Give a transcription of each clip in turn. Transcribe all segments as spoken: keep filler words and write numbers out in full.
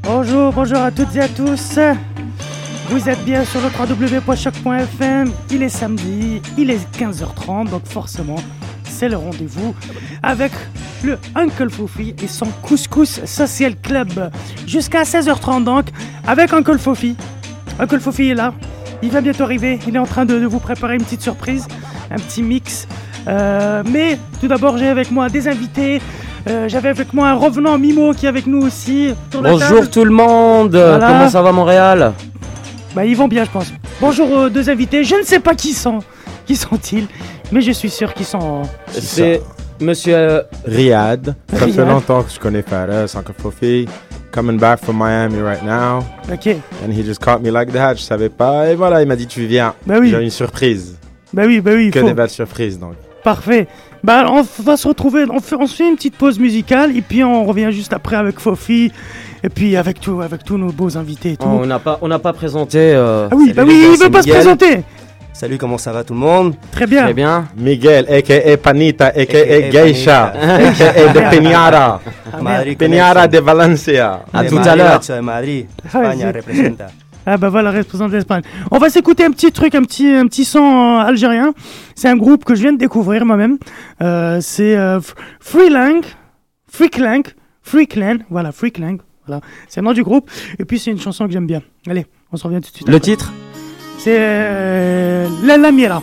Bonjour, bonjour à toutes et à tous. Vous êtes bien sur le w w w point choc point f m. Il est samedi, il est quinze heures trente, donc forcément, c'est le rendez-vous avec le Uncle Fofi et son Couscous Social Club. Jusqu'à seize heures trente donc, avec Uncle Fofi. Uncle Fofi est là, il va bientôt arriver, il est en train de, de vous préparer une petite surprise, un petit mix. Euh, mais tout d'abord, j'ai avec moi des invités. Euh, j'avais avec moi un revenant Mimo qui est avec nous aussi. Bonjour tout le monde, voilà. Comment ça va Montréal? Bah ils vont bien je pense. Bonjour aux deux invités, je ne sais pas qui sont, qui sont-ils, mais je suis sûr qu'ils sont... C'est Monsieur Riyad. Ça fait longtemps que je connais Fares, Uncle Fofi. Coming back from Miami right now. Ok. And he just caught me like that, je savais pas. Et voilà, il m'a dit tu viens. Bah oui. J'ai une surprise. Bah oui, bah oui. Que faut... des belles surprises donc. Parfait. Bah on va se retrouver, on fait, on se fait une petite pause musicale et puis on revient juste après avec Fofi et puis avec tout, avec tous nos beaux invités et tout. Oh, on n'a pas, on n'a pas présenté. Euh... Ah oui, bah oui, il veut pas Miguel. Se présenter. Salut, comment ça va tout le monde? Très bien. Très bien. Miguel, aka Panita, aka Geisha, aka de Peñara, Peñara de Valencia. À tout à l'heure. Madrid, Espagne representa. Ah bah voilà, représente l'Espagne. On va s'écouter un petit truc, un petit, un petit son euh, algérien. C'est un groupe que je viens de découvrir moi-même. Euh, c'est euh, Freelang, Freaklang, Freakland, voilà, Freaklang, voilà. C'est le nom du groupe. Et puis c'est une chanson que j'aime bien. Allez, on se revient tout de suite. Le après. titre? C'est euh, La Lamira.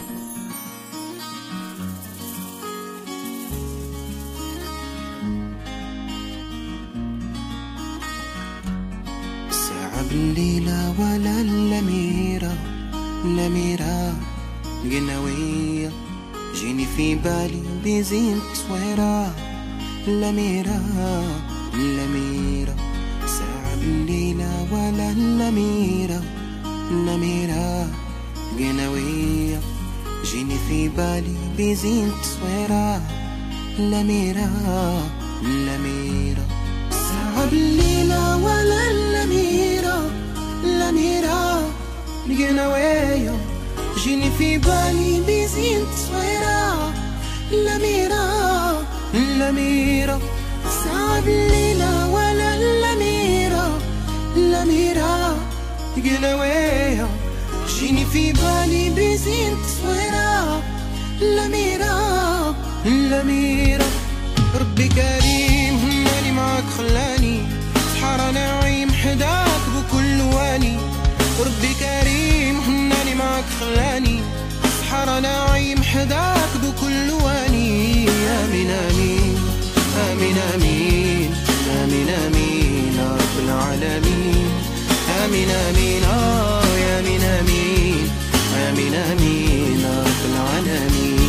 الليلة ولا اللميرة لميرة قنوية جيني في بالي بزين تصويرة لميرة لميرة ساعة بالليلة ولا اللميرة لميرة قنوية جيني في بالي بزين تصويرة لميرة لميرة ساعة بالليلة ولا اللميرة لميرة قنوية جيني في بالي بزين تصويرة لميرة لميرة ساعة بالليلة ولا اللميرة لميرة قنوية جيني في بالي بزين تصويرة لميرة لميرة ربي كريم هنالي معاك خلاني صحارى نعيم حداك بكل واني ربي كريم هنالي معاك خلاني صحارى نعيم حداك بكل واني آمين آمين آمين آمين آمين آمين يا رب العالمين آمين آمين آه يا آمين آمين آمين آمين يا رب العالمين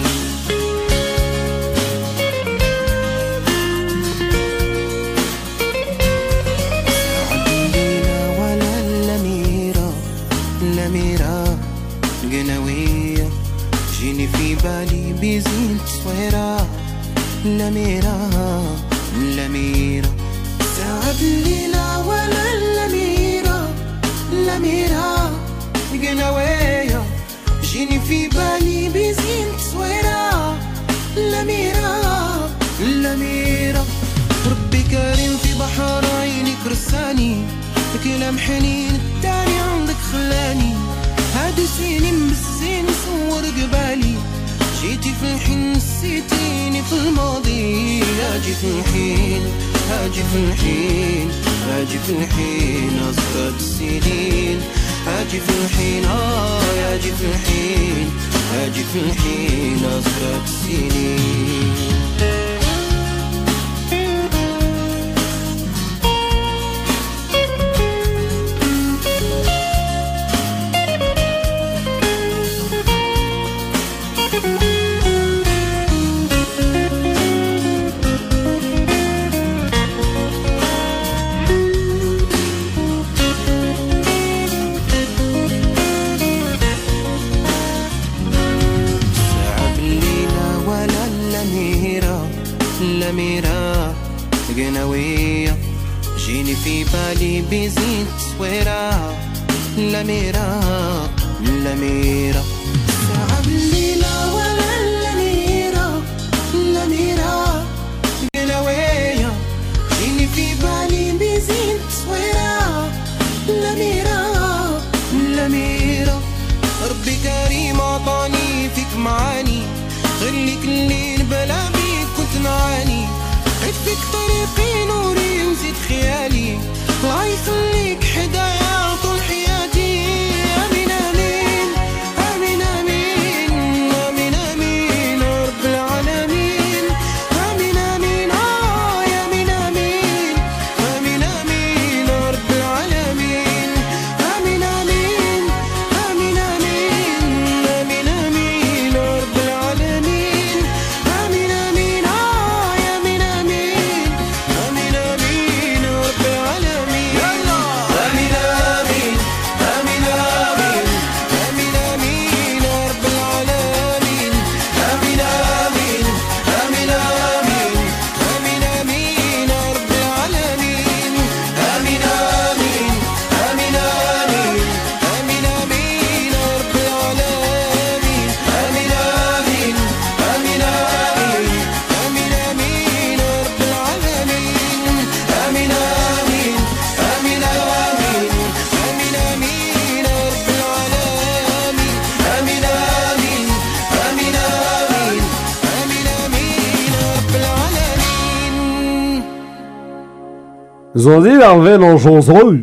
لميرة قنوية جيني في بالي بزين تصويرة لميرة لميرة ساعة الليلة ولا اللميرة لميرة قنوية جيني في بالي بزين تصويرة لميرة لميرة ربي كريم في بحر عينك رساني كلام حنين التاني عندك خلاني هادي سنين بالزين صور قبالي جيتي في الحين نسيتيني في الماضي هاجي في الحين هاجي في الحين هاجي في الحين أصغر السنين هاجي في الحين آه هاجي في الحين هاجي في الحين أصغر السنين لميرة قنوية جيني في بالي بزين تصويرة لميرة لميرة ساعة بالليلة ولا اللميرة لميرة قنوية جيني في بالي بزين تصويرة Ils ont dit d'enlever nos chaussures.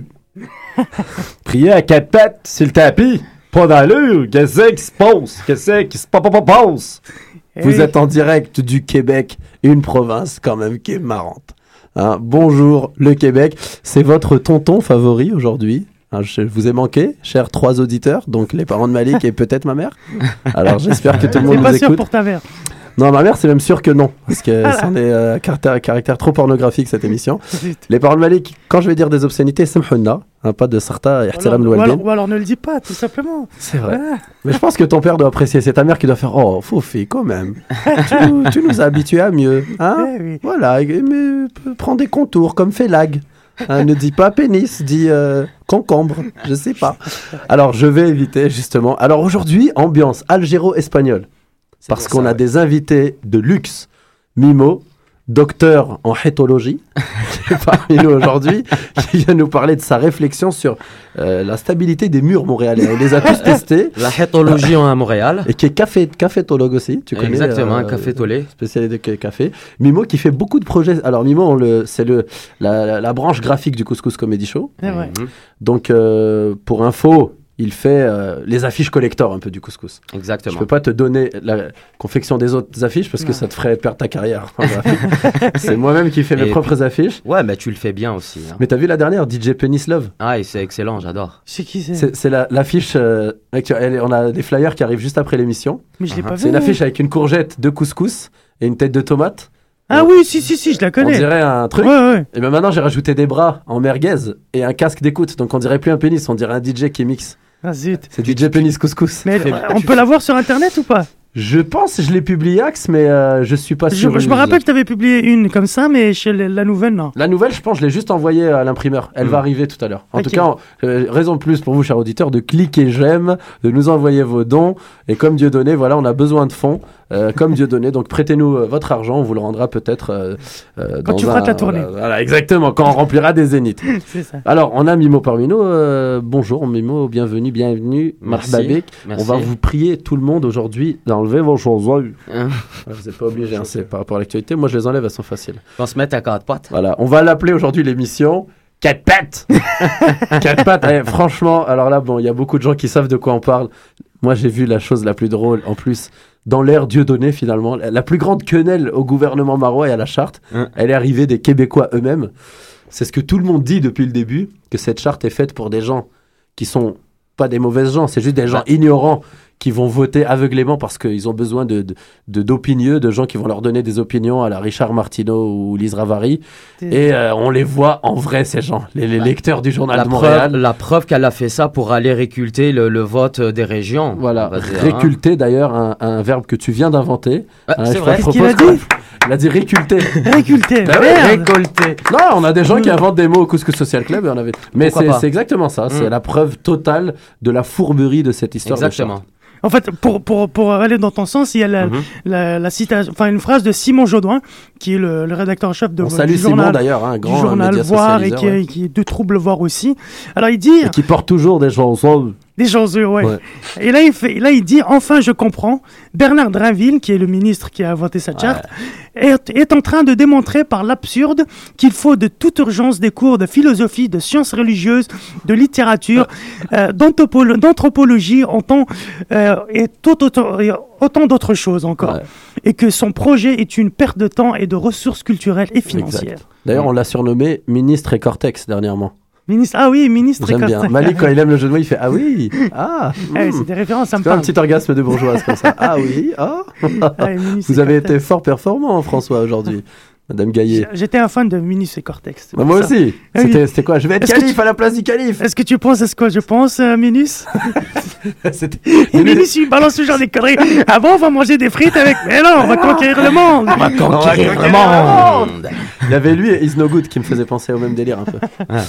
Prier à quatre pattes sur le tapis. Pas d'allure. Qu'est-ce qui se passe? Qu'est-ce qui se passe? Vous êtes en direct du Québec, une province quand même qui est marrante. Hein, bonjour le Québec, c'est votre tonton favori aujourd'hui. Hein, je vous ai manqué, chers trois auditeurs, donc les parents de Malik et peut-être ma mère. Alors j'espère que tout le monde c'est nous pas écoute. sûr pour ta mère. Non, ma mère, c'est même sûr que non, parce que c'en est euh, caractère, caractère trop pornographique cette émission. Les paroles de Malik, quand je vais dire des obscénités, samhouna, hein, pas de sarta et ihtiram ou, al alors, ou alors ne le dis pas, tout simplement. C'est vrai. Voilà. Mais je pense que ton père doit apprécier. C'est ta mère qui doit faire oh, Fofi, quand même. tu, nous, tu nous as habitués à mieux. Hein Eh oui. Voilà, mais euh, prends des contours comme Félag. Hein, ne dis pas pénis, dis euh, concombre, je sais pas. Alors, je vais éviter justement. Alors aujourd'hui, ambiance algéro-espagnole. Parce qu'on ça, a ouais. des invités de luxe. Mimo, docteur en hétologie, qui est parmi nous aujourd'hui, qui vient nous parler de sa réflexion sur euh, la stabilité des murs montréalais. Il les a tous testés. La hétologie à Montréal. Et qui est café, cafétologue aussi, tu connais. Exactement, euh, un café tolé. Spécialité de café. Mimo qui fait beaucoup de projets. Alors Mimo, on le, c'est le, la, la, la branche graphique du Couscous Comedy Show. C'est vrai. Mhm. Donc, euh, pour info, il fait euh, les affiches collector un peu du couscous. Exactement. Je peux pas te donner la confection des autres affiches parce que Ouais. ça te ferait perdre ta carrière. en graphique. C'est moi-même qui fais mes Et propres affiches. Ouais, mais tu le fais bien aussi. Hein. Mais t'as vu la dernière, D J Penis Love? Ah, et c'est excellent, j'adore. Je sais qui c'est. C'est, c'est la, l'affiche. Euh, avec- elle est- on a des flyers qui arrivent juste après l'émission. Mais je l'ai Uh-huh. pas vu. C'est une affiche avec une courgette de couscous et une tête de tomate. Ah oui, si, si, si, je la On connais. dirait un truc. Ouais, ouais. Et bien maintenant, j'ai rajouté des bras en merguez et un casque d'écoute. Donc on dirait plus un pénis, on dirait un D J qui mixe. Ah zut. C'est D J Pénis Couscous. Mais fais- euh, on peut la voir sur internet ou pas? Je pense, je l'ai publié Axe, mais euh, je suis pas Je, sûr. je me rappelle que tu avais publié une comme ça, mais chez le- la nouvelle, non. La nouvelle, je pense, je l'ai juste envoyée à l'imprimeur. Elle Mm. va arriver tout à l'heure. En Ok. tout cas, on- euh, raison de plus pour vous, chers auditeurs, de cliquer j'aime, de nous envoyer vos dons. Et comme Dieu donné, voilà, on a besoin de fonds. Euh, comme Dieu donné, donc prêtez-nous euh, votre argent, on vous le rendra peut-être euh, euh, Quand dans tu un- feras ta tournée. Voilà, voilà, exactement, quand on remplira des zéniths. C'est ça. Alors, on a Mimo parmi nous. Euh, bonjour Mimo, bienvenue, bienvenue. Merci. Marhaba bik. Merci. On va vous prier tout le monde aujourd'hui d'enlever vos choses. Hein, Voilà, vous n'êtes pas obligé, hein, c'est par rapport à l'actualité. Moi, je les enlève, elles sont faciles. on se met à quatre pattes. Voilà, on va l'appeler aujourd'hui l'émission Quatre pattes. Quatre pattes. Eh, franchement, alors là, bon, il y a beaucoup de gens qui savent de quoi on parle. Moi, j'ai vu la chose la plus drôle, en plus, dans l'ère Dieudonné, finalement. La plus grande quenelle au gouvernement marois et à la charte, Hein. elle est arrivée des Québécois eux-mêmes. C'est ce que tout le monde dit depuis le début, que cette charte est faite pour des gens qui sont pas des mauvaises gens, c'est juste des gens Bah. ignorants qui vont voter aveuglément parce qu'ils ont besoin de, de, de- d'opinieux, de gens qui vont leur donner des opinions à la Richard Martineau ou Lise Ravary. Et euh, on les voit en vrai, ces gens, les, les lecteurs du Journal La de preuve, Montréal. la preuve qu'elle a fait ça pour aller réculter le, le vote des régions. Voilà, on va dire, hein. réculter d'ailleurs, un, un verbe que tu viens d'inventer. Ah, Hein, c'est je vrai. te Qu'est-ce qu'il a propose dit qu'on- Il a dit réculter. Réculté. Bah ouais, Merde. Récolter. Non, on a des gens qui inventent des mots au Couscous Social Club et on avait. Mais Pourquoi c'est, pas c'est exactement ça. C'est Mm. la preuve totale de la fourberie de cette histoire. de Exactement. charte. En fait, pour, pour, pour aller dans ton sens, il y a la, Mhm. la, la citation, enfin une phrase de Simon Jodoin, qui est le, le rédacteur en chef de On du salue Simon journal, d'ailleurs, hein, un du grand journal média Voir et socialiseur, qui, ouais. est, qui est de Trouble Voir aussi. Alors il dit Et qui porte toujours des chansons. des gens heureux, ouais. Ouais. Et là il fait, là il dit enfin je comprends. Bernard Drinville, qui est le ministre qui a inventé cette charte, est, est en train de démontrer par l'absurde qu'il faut de toute urgence des cours de philosophie, de sciences religieuses, de littérature, euh, d'anthropo- d'anthropologie, autant, euh, et tout autant, et autant d'autres choses encore. Ouais. Et que son projet est une perte de temps et de ressources culturelles et financières. Exact. D'ailleurs, on l'a surnommé ministre et Cortex dernièrement. Ministre, ah oui, ministre. J'aime bien. Cortex. Malik, quand il aime le jeu de mots, il fait ah oui, ah. Ouais, hmm. c'est des références, ça me C'est un parle. petit orgasme de bourgeoise comme ça. Ah oui, ah. Ouais, ministre Vous et avez Cortex. été fort performant, François, aujourd'hui, Madame Gaillet. J'étais un fan de Ministre et Cortex. c'est Bah, pour moi ça. aussi. Ah oui. C'était, c'était quoi? Je vais être Est-ce que calife tu- à la place du calife. Est-ce que tu penses à ce que je pense, euh, Minus C'était... Et Minus, il balance toujours des conneries. Ah bon, on va manger des frites avec. Mais non, on va conquérir le monde. On va conquérir conquérir le le monde. Il y avait lui et Is No Good qui me faisait penser au même délire un peu.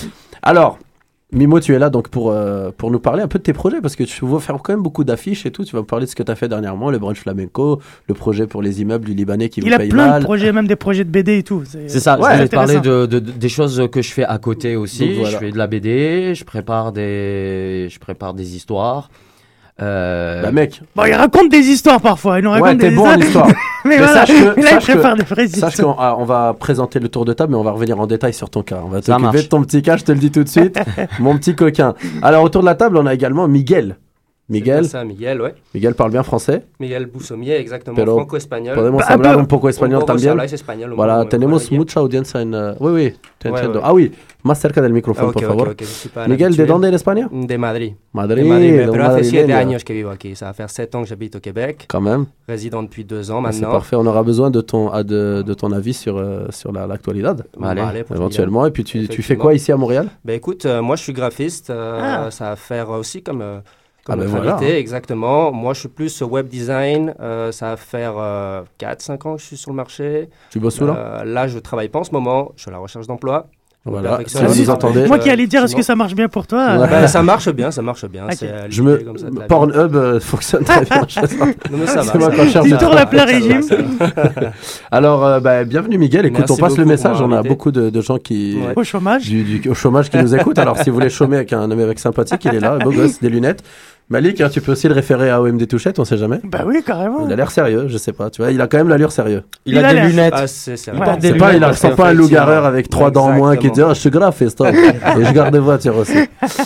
Alors, Mimo, tu es là donc pour, euh, pour nous parler un peu de tes projets parce que tu vas faire quand même beaucoup d'affiches et tout. Tu vas me parler de ce que tu as fait dernièrement, le brunch flamenco, le projet pour les immeubles du Libanais qui Il vous a payent plein mal. de projets, même des projets de B D et tout. C'est ça, Ouais, je voulais te parler intéressant. de, de- de- des choses que je fais à côté aussi. Donc, voilà. Je fais de la B D, je prépare des, je prépare des histoires. Euh... Bah mec. Bon, il raconte des histoires parfois. Il nous raconte Ouais, des t'es bon en histoire. mais, Mais voilà. sache que- mais là, il sache que- prépare des vraies Sache histoires. qu'on ah, on va présenter le tour de table, mais on va revenir en détail sur ton cas. On va Ça t'occuper marche. de ton petit cas, je te le dis tout de suite. Mon petit coquin. Alors, autour de la table, on a également Miguel. Miguel, C'est ça, Miguel, ouais. Miguel parle bien français. Miguel Busomier, exactement, Pero franco-espagnol. Podemos Bah, hablar pero- un poco español Un poco se también. habláis español, un Voilà, poco, tenemos bueno, mucha audiencia en... uh, Oui, oui, te Ouais, entiendo. ouais. Ah oui, más cerca del Ah, micrófono, ok, por ok, favor. ok, je suis pas un Miguel, ¿de habitué. dónde en España? De Madrid. Madrid, De Madrid, mais un pero hace siete madrileño. años que vivo aquí. Ça va faire sept ans que j'habite au Québec. Quand même. Résident depuis deux ans Ah, c'est maintenant. parfait, on aura besoin de ton, ah, de, de ton avis sur, euh, sur la, l'actualidad, Allez, Vale, pues, éventuellement. Et puis tu, tu fais Effectivement. quoi ici à Montréal? Ben écoute, euh, moi je suis graphiste, euh, Ah. ça va faire aussi comme, euh, comme Ah ben notre voilà, invité, hein. exactement. Moi je suis plus web design, euh, ça va faire euh, quatre cinq ans que je suis sur le marché. Tu bosses où là? Euh, là je travaille pas en ce moment, je suis à la recherche d'emploi. Voilà, perfectionne si un vous peu. entendez. Moi qui allais dire, est-ce sinon- que ça marche bien pour toi? Ouais. Ben, ça marche bien, ça marche bien. Ok. C'est, euh, Je me... l'idée comme ça de la vie. Pornhub euh, fonctionne très bien. je sais pas. Non, mais ça va, C'est moi ça quand je va. cherche Tu des tournes trucs. à plein Ça va, régime. ça va. Alors, euh, bah, bienvenue Miguel. Écoute, Merci on passe le beaucoup message. pour On a m'inviter. beaucoup de, de gens qui... Ouais. Au chômage. Du, du- au chômage qui nous écoutent. Alors, si vous voulez chômer avec un homme avec sympathique, il est là, beau gosse, des lunettes. Malik, hein, tu peux aussi le référer à O M D Touchette, on sait jamais. Bah oui, carrément. Il a l'air sérieux, je sais pas. Tu vois, il a quand même l'allure sérieux. Il, Il a, a des l'air- lunettes. Ah, c'est sérieux. Ouais. porte des C'est pas, il lunettes, ressemble parce pas à un qu'effectivement- loup-gareur avec trois dents en moins qui dit Exactement. oh, je suis graphiste. hein. Et je garde des voitures aussi.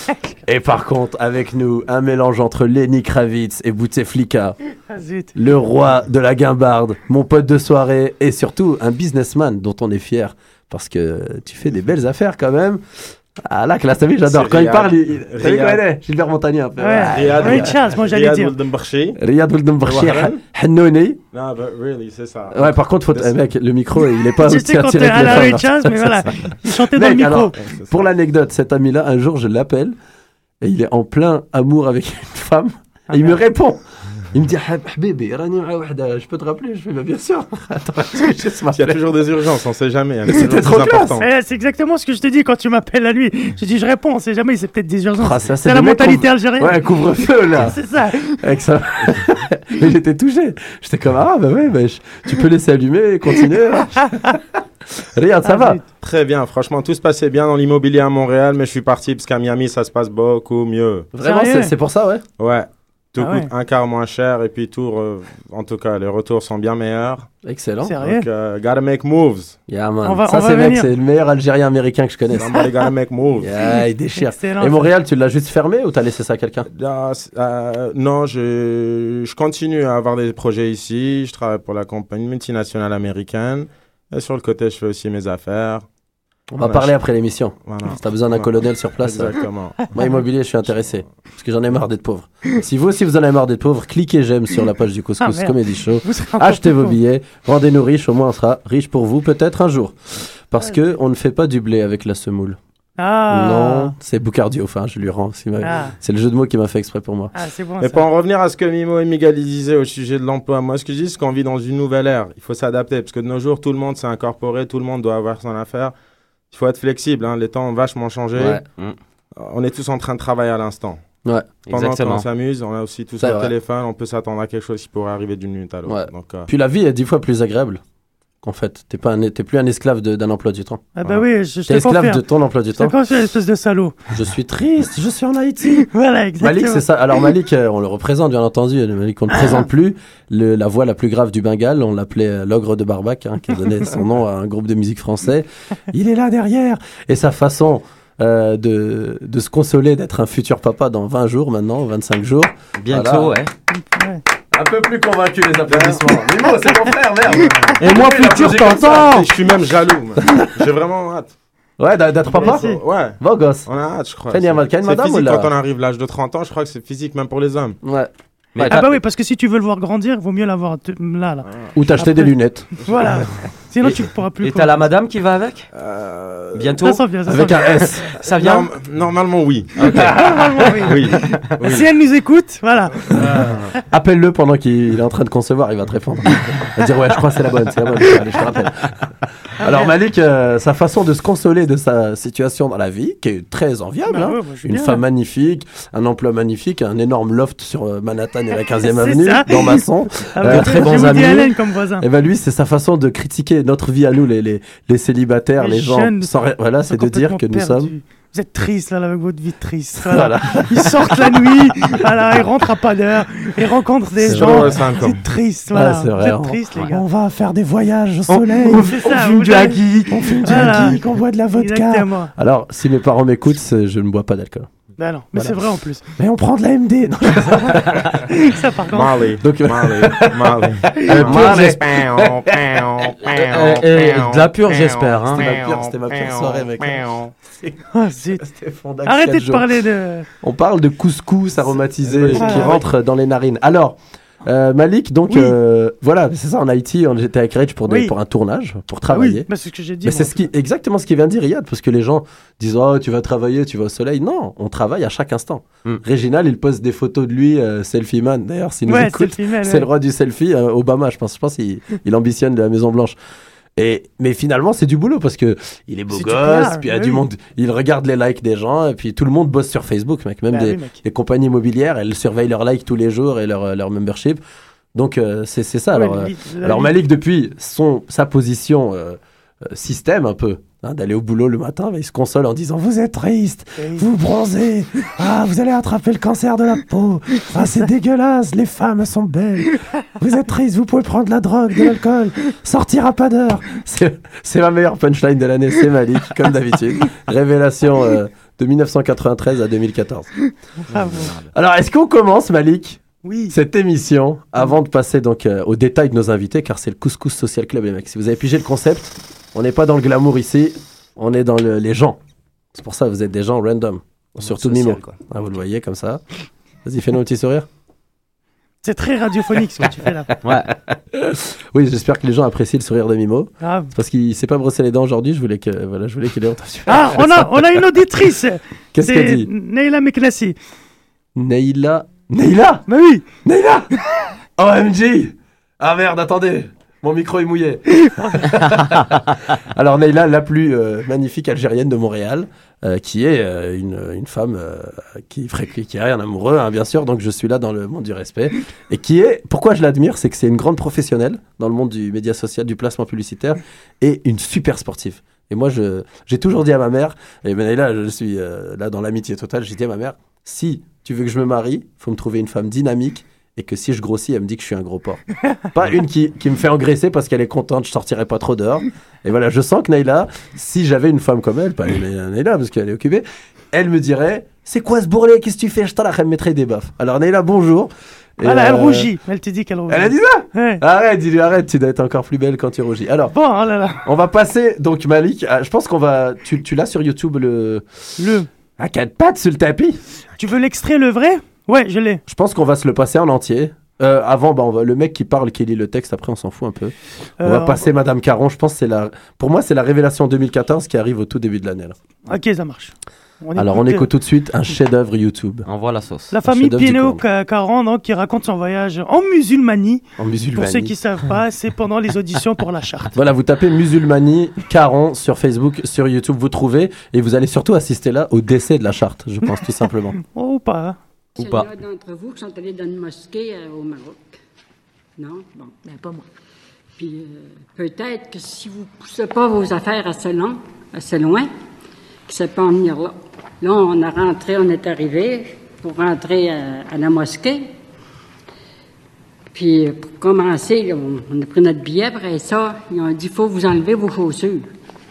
Et par contre, avec nous, un mélange entre Lenny Kravitz et Bouteflika, Ah, zut. le roi de la guimbarde, mon pote de soirée et surtout un businessman dont on est fier parce que tu fais des belles affaires quand même. Ah là, classe, t'as vu, j'adore. C'est Quand il Riyad. parle, il... il- t'as vu Riyad. comment il est Gilbert Montagnier un peu. Ouais. Riyad, Oui, Charles, moi j'allais Riyad dire. Ouldembarchi. Riyad Ouldembarchi, Wahran. Hannouni. Non, but really, c'est ça. Ouais, par contre, faut... eh, mec, le micro, il est pas Je aussi sais quand attiré t'es que à les la femmes, rue hein. Charles, mais voilà. Il chantait dans le Mec, micro. alors, Ouais, c'est ça. pour l'anecdote, cet ami-là, un jour, je l'appelle et il est en plein amour avec une femme. Ah, Et il me merde. répond. Il me dit Hab- Habibi, rani ma'a wahda, je peux te rappeler? Je fais bah, bien sûr. Attends, est-ce que je sais Il y a m'appeler toujours des urgences, on sait jamais. hein, Mais c'est c'était toujours trop plus classe. important. Eh, c'est exactement ce que je te dis quand tu m'appelles à lui. Je dis, je réponds, on sait jamais, c'est peut-être des urgences. Ah, ça, c'est la des mecs mentalité couvre- algérienne. Ouais, couvre-feu là. C'est ça. Avec ça. Mais j'étais touché. J'étais comme ah bah ouais, bah, je- tu peux laisser allumer et continuer. hein. Regarde, ça Ah, va. zut. Très bien, franchement, tout se passait bien dans l'immobilier à Montréal, mais je suis parti parce qu'à Miami, ça se passe beaucoup mieux. Vraiment, Sérieux c'est c'est pour ça, ouais. Ouais. Tout Ah coûte ouais. un quart moins cher et puis tout, euh, en tout cas, les retours sont bien meilleurs. Excellent. Sérieux. Donc, euh, gotta make moves. Yeah, man. On va- ça, on va c'est mec, venir. c'est le meilleur Algérien américain que je connaisse. Somebody gotta make moves. Yeah, il déchire. Excellent. Et Montréal, tu l'as juste fermé ou t'as laissé ça à quelqu'un? Ah, c- euh, non, je, je continue à avoir des projets ici. Je travaille pour la compagnie multinationale américaine. Et sur le côté, je fais aussi mes affaires. On va Voilà, parler je- après l'émission. Voilà. Si t'as besoin d'un colonel sur place, euh, Exactement. moi immobilier, je suis intéressé. Parce que j'en ai marre d'être pauvre. Si vous aussi vous en avez marre d'être pauvre, cliquez j'aime sur la page du Ah, Couscous merde. Comedy Show. Vous serez encore Achetez plus vos pauvre. billets, rendez-nous riches, au moins on sera riche pour vous peut-être un jour. Parce que on ne fait pas du blé avec la semoule. Ah. Non, c'est Boucardio, enfin je lui rends. C'est ma- Ah, c'est le jeu de mots qui m'a fait exprès pour moi. ah, c'est bon. Mais ça. pour en revenir à ce que Mimo et Miguel disaient au sujet de l'emploi, moi ce que je dis, c'est qu'on vit dans une nouvelle ère. Il faut s'adapter parce que de nos jours, tout le monde s'est incorporé, tout le monde doit avoir son affaire. Il faut être flexible, hein. Les temps ont vachement changé. Ouais. Mm. On est tous en train de travailler à l'instant. Ouais. Pendant Exactement. qu'on s'amuse, on a aussi tous C'est notre vrai. téléphone, on peut s'attendre à quelque chose qui pourrait arriver d'une minute à l'autre. Ouais. Donc, euh, Puis la vie est dix fois plus agréable. En fait, t'es pas un- t'es plus un esclave de- d'un emploi du temps. Ah bah oui, je, je T'es te esclave confirme. de ton emploi du Je te temps. confirme, espèce de salaud. Je suis triste, je suis en Haïti. Voilà, exactement. Malik, c'est ça. Alors Malik, euh, on le représente bien entendu. Malik, on ne le présente plus. Le- la voix la plus grave du Bengale, on l'appelait euh, l'ogre de Barbac, hein, qui a donné son nom à un groupe de musique français. Il est là derrière. Et sa façon euh, de, de se consoler d'être un futur papa dans vingt jours maintenant, vingt-cinq jours. Bientôt, Voilà. ouais. Ouais. Un peu plus convaincu les applaudissements. Mimo, c'est mon frère, merde. Et moi, Oui, il a futur, posé comme ça. t'entends. je suis même jaloux. man. J'ai vraiment hâte. Ouais, d'a- d'être papa. Merci. Ouais, Beau gosse. on a hâte, je crois. Fais, il y a C'est- quelqu'un, c'est madame, physique ou là quand on arrive l'âge de trente ans, je crois que c'est physique même pour les hommes. Ouais. Mais Ouais, Ah t'as- bah oui, parce que si tu veux le voir grandir, il vaut mieux l'avoir t- là, là. Ou t'acheter des Après- lunettes. Voilà. Sinon, Et- tu ne pourras plus. Et quoi. t'as la madame qui va avec Euh, Bientôt Ça sent bien, ça Avec sent un bien. S. Ça vient norm- Normalement, oui. Normalement, oui. Oui. oui. Si elle nous écoute, voilà. Appelle-le pendant qu'il est en train de concevoir, il va te répondre. Il va dire ouais, je crois que c'est la bonne, c'est la bonne. Allez, je te rappelle. Alors Malik, euh, sa façon de se consoler de sa situation dans la vie, qui est très enviable, Bah hein. ouais, moi, je suis Une bien. femme magnifique, un emploi magnifique, un énorme loft sur euh, Manhattan et la quinzième C'est avenue, ça. dans Masson. Ah, Euh, bah, très j'ai bons Woody amis. Allen comme voisin. Et ben lui, c'est sa façon de critiquer notre vie à nous, les, les, les célibataires, Les les, gens jeunes sans ré- Voilà, c'est de dire que nous sommes Vous êtes triste, là, avec votre vie triste. Voilà. Voilà. Ils sortent la nuit, voilà, ils rentrent à pas d'heure, ils rencontrent des C'est gens. vrai, c'est un con. C'est triste, voilà. Ouais, c'est vrai, vous êtes on- tristes, les ouais. gars. On va faire des voyages au soleil. On, fait ça, fume vous du avez- haggi. On fume du Voilà. haggi, on boit de la vodka. Exactement. Alors, si mes parents m'écoutent, c'est- je ne bois pas d'alcool. Ben non, mais Voilà. c'est vrai en plus. Mais on prend de la M D. Non. Ça, par contre. Marley. Donc, euh, Marley. Marley. Euh, pure, Marley. j'espère. Euh, euh, de la pure, j'espère. Hein. C'était ma pire- c'était ma pire soirée, mec. Ah, zut. C'était Fondax Arrêtez quatre de jours. parler de. On parle de couscous aromatisé Ah, qui ouais. rentre dans les narines. Alors, euh, Malik, donc Oui. euh, voilà, c'est ça, en Haïti, on était avec Rage pour, des- Oui. pour un tournage, pour Ah travailler. oui, bah, c'est ce que j'ai dit. Mais moi. c'est ce qui, exactement ce qu'il vient de dire Riyad, parce que les gens disent oh tu vas travailler, tu vas au soleil. Non, on travaille à chaque instant. Mm. Réginal, il poste des photos de lui, euh, selfie man. D'ailleurs, s'il nous Ouais, écoute, c'est le femelle, c'est ouais. le roi du selfie. euh, Obama, je pense. Je pense qu'il il ambitionne de la Maison Blanche. Et mais finalement, c'est du boulot parce que il est beau C'est du gosse, P R, puis il y a oui. du monde. Il regarde les likes des gens, et puis tout le monde bosse sur Facebook, mec. Même Bah des, oui, mec. des compagnies immobilières, elles surveillent leurs likes tous les jours et leur, leur membership. Donc euh, c'est c'est ça. Ouais, alors, euh, li- la alors vie- Malik, depuis son, sa position euh, euh, système un peu, hein, d'aller au boulot le matin, bah, il se console en disant vous êtes triste, Oui. vous bronzez, ah vous allez attraper le cancer de la peau, ah c'est dégueulasse, les femmes sont belles, vous êtes triste, vous pouvez prendre de la drogue, de l'alcool, sortir à pas d'heure. C'est c'est ma meilleure punchline de l'année, c'est Malik, comme d'habitude. Révélation euh, de mille neuf cent quatre-vingt-treize à deux mille quatorze. Bravo. Alors est-ce qu'on commence, Malik, Oui. cette émission, avant de passer donc euh, aux détails de nos invités, car c'est le Couscous Social Club, les mecs. Si vous avez pigé le concept, on n'est pas dans le glamour ici, on est dans le- les gens. C'est pour ça que vous êtes des gens random. Surtout Social, Mimo. quoi. Ah, vous le voyez comme ça. Vas-y, fais-nous un petit sourire. C'est très radiophonique ce que tu fais là. Ouais. Oui, j'espère que les gens apprécient le sourire de Mimo. Ah, Parce qu'il s'est pas brossé les dents aujourd'hui, je voulais que voilà, je voulais qu'il ait entendu. Ah, on a, on a une auditrice. Qu'est-ce C'est qu'elle dit Neila Meknassi. Neila. Neila Bah oui. Neila O M G Ah merde, attendez, mon micro est mouillé. Alors Neila, la plus euh, magnifique Algérienne de Montréal, euh, qui est euh, une, une femme euh, qui, fré- qui a un amoureux, hein, bien sûr, donc je suis là dans le monde du respect, et qui est, pourquoi je l'admire, c'est que c'est une grande professionnelle dans le monde du média social, du placement publicitaire, et une super sportive. Et moi, je, j'ai toujours dit à ma mère, et ben là, je suis euh, là dans l'amitié totale, j'ai dit à ma mère, si tu veux que je me marie, faut me trouver une femme dynamique, et que si je grossis, elle me dit que je suis un gros porc. Pas une qui, qui me fait engraisser parce qu'elle est contente, je sortirai pas trop dehors. Et voilà, je sens que Neila, si j'avais une femme comme elle, pas Neila parce qu'elle est occupée, elle me dirait, c'est quoi ce bourrelet, qu'est-ce que tu fais? Je t'en elle me mettrait des baffes. Alors Neila, bonjour. Et, Voilà, elle euh, rougit. Elle te dit qu'elle rougit. Elle a dit ça? Ouais. Arrête, dis-lui, arrête, tu dois être encore plus belle quand tu rougis. Alors, Bon, oh là là. on va passer, donc Malik, à- je pense qu'on va, tu, tu l'as sur YouTube, le... Le. À quatre pattes sur le tapis. Tu veux l'extrait, le vrai? Ouais, je l'ai. Je pense qu'on va se le passer en entier. Euh, avant, bah, on va, le mec qui parle, qui lit le texte, après on s'en fout un peu. On Euh, va passer Madame Caron, je pense que c'est la... Pour moi, c'est la révélation deux mille quatorze qui arrive au tout début de l'année. là. Ok, ça marche. On Alors, on euh, écoute tout de suite un chef-d'œuvre YouTube Envoie la sauce. La famille chef-d'œuvre du Pinéo Coran. Caron, donc, qui raconte son voyage en musulmanie. en Pour musulmanie. ceux qui savent pas, c'est pendant les auditions pour la charte. Voilà, vous tapez musulmanie Caron sur Facebook, sur YouTube, vous trouvez, et vous allez surtout assister là au décès de la charte, je pense tout simplement. Oh, ou pas. Ou pas. Il y en a d'entre vous qui sont allés dans une mosquée euh, au Maroc. Non? Bon. Ben, pas moi. Puis euh, peut-être que si vous ne poussez pas vos affaires assez, long, assez loin, que ça peut en venir là. Là, on a rentré, on est arrivé pour rentrer à, à la mosquée. Puis euh, pour commencer, là, on, on a pris notre billet. Après ça, ils ont dit, il faut vous enlever vos chaussures.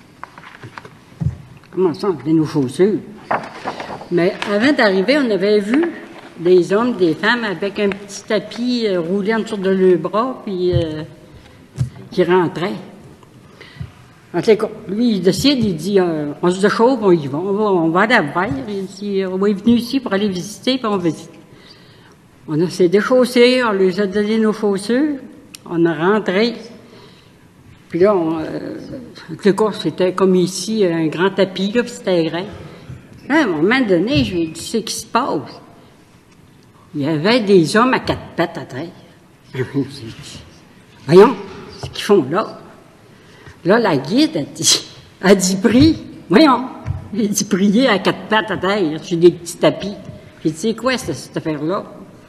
Comment ça, enlever nos chaussures? Mais avant d'arriver, on avait vu des hommes, des femmes avec un petit tapis euh, roulé en dessous de leurs bras, puis euh, qui rentraient. En tout cas, lui, il décide, il dit, euh, on se déchauffe, on y va, on va, on va aller voir. Il dit, on est venu ici pour aller visiter, puis on visite. On a s'est déchaussé, on lui a donné nos chaussures, on a rentré. Puis là, on, euh, en tout cas, c'était comme ici, un grand tapis, là, puis c'était grand. Là, à un moment donné, je lui ai dit, c'est qui se passe? Il y avait des hommes à quatre pattes à terre. J'ai dit, voyons, ce qu'ils font là. Là, la guide a dit, a dit, prie. Voyons. J'ai dit, prier à quatre pattes à terre sur des petits tapis. J'ai dit, c'est quoi cette, cette affaire-là?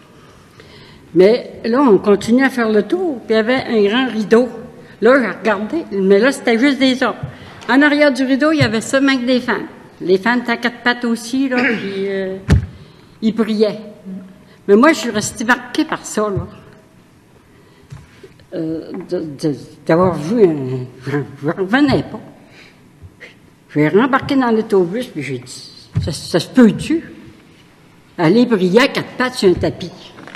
Mais là, on continue à faire le tour, puis il y avait un grand rideau. Là, j'ai regardé, mais là, c'était juste des hommes. En arrière du rideau, il y avait seulement que des femmes. Les femmes étaient à quatre pattes aussi, là, puis euh, ils priaient. Mais moi, je suis restée marquée par ça, là. Euh, de, de, d'avoir vu un... Je ne revenais pas. J'ai rembarqué dans l'autobus, puis j'ai dit, ça, ça se peut-tu? Aller briller à quatre pattes sur un tapis.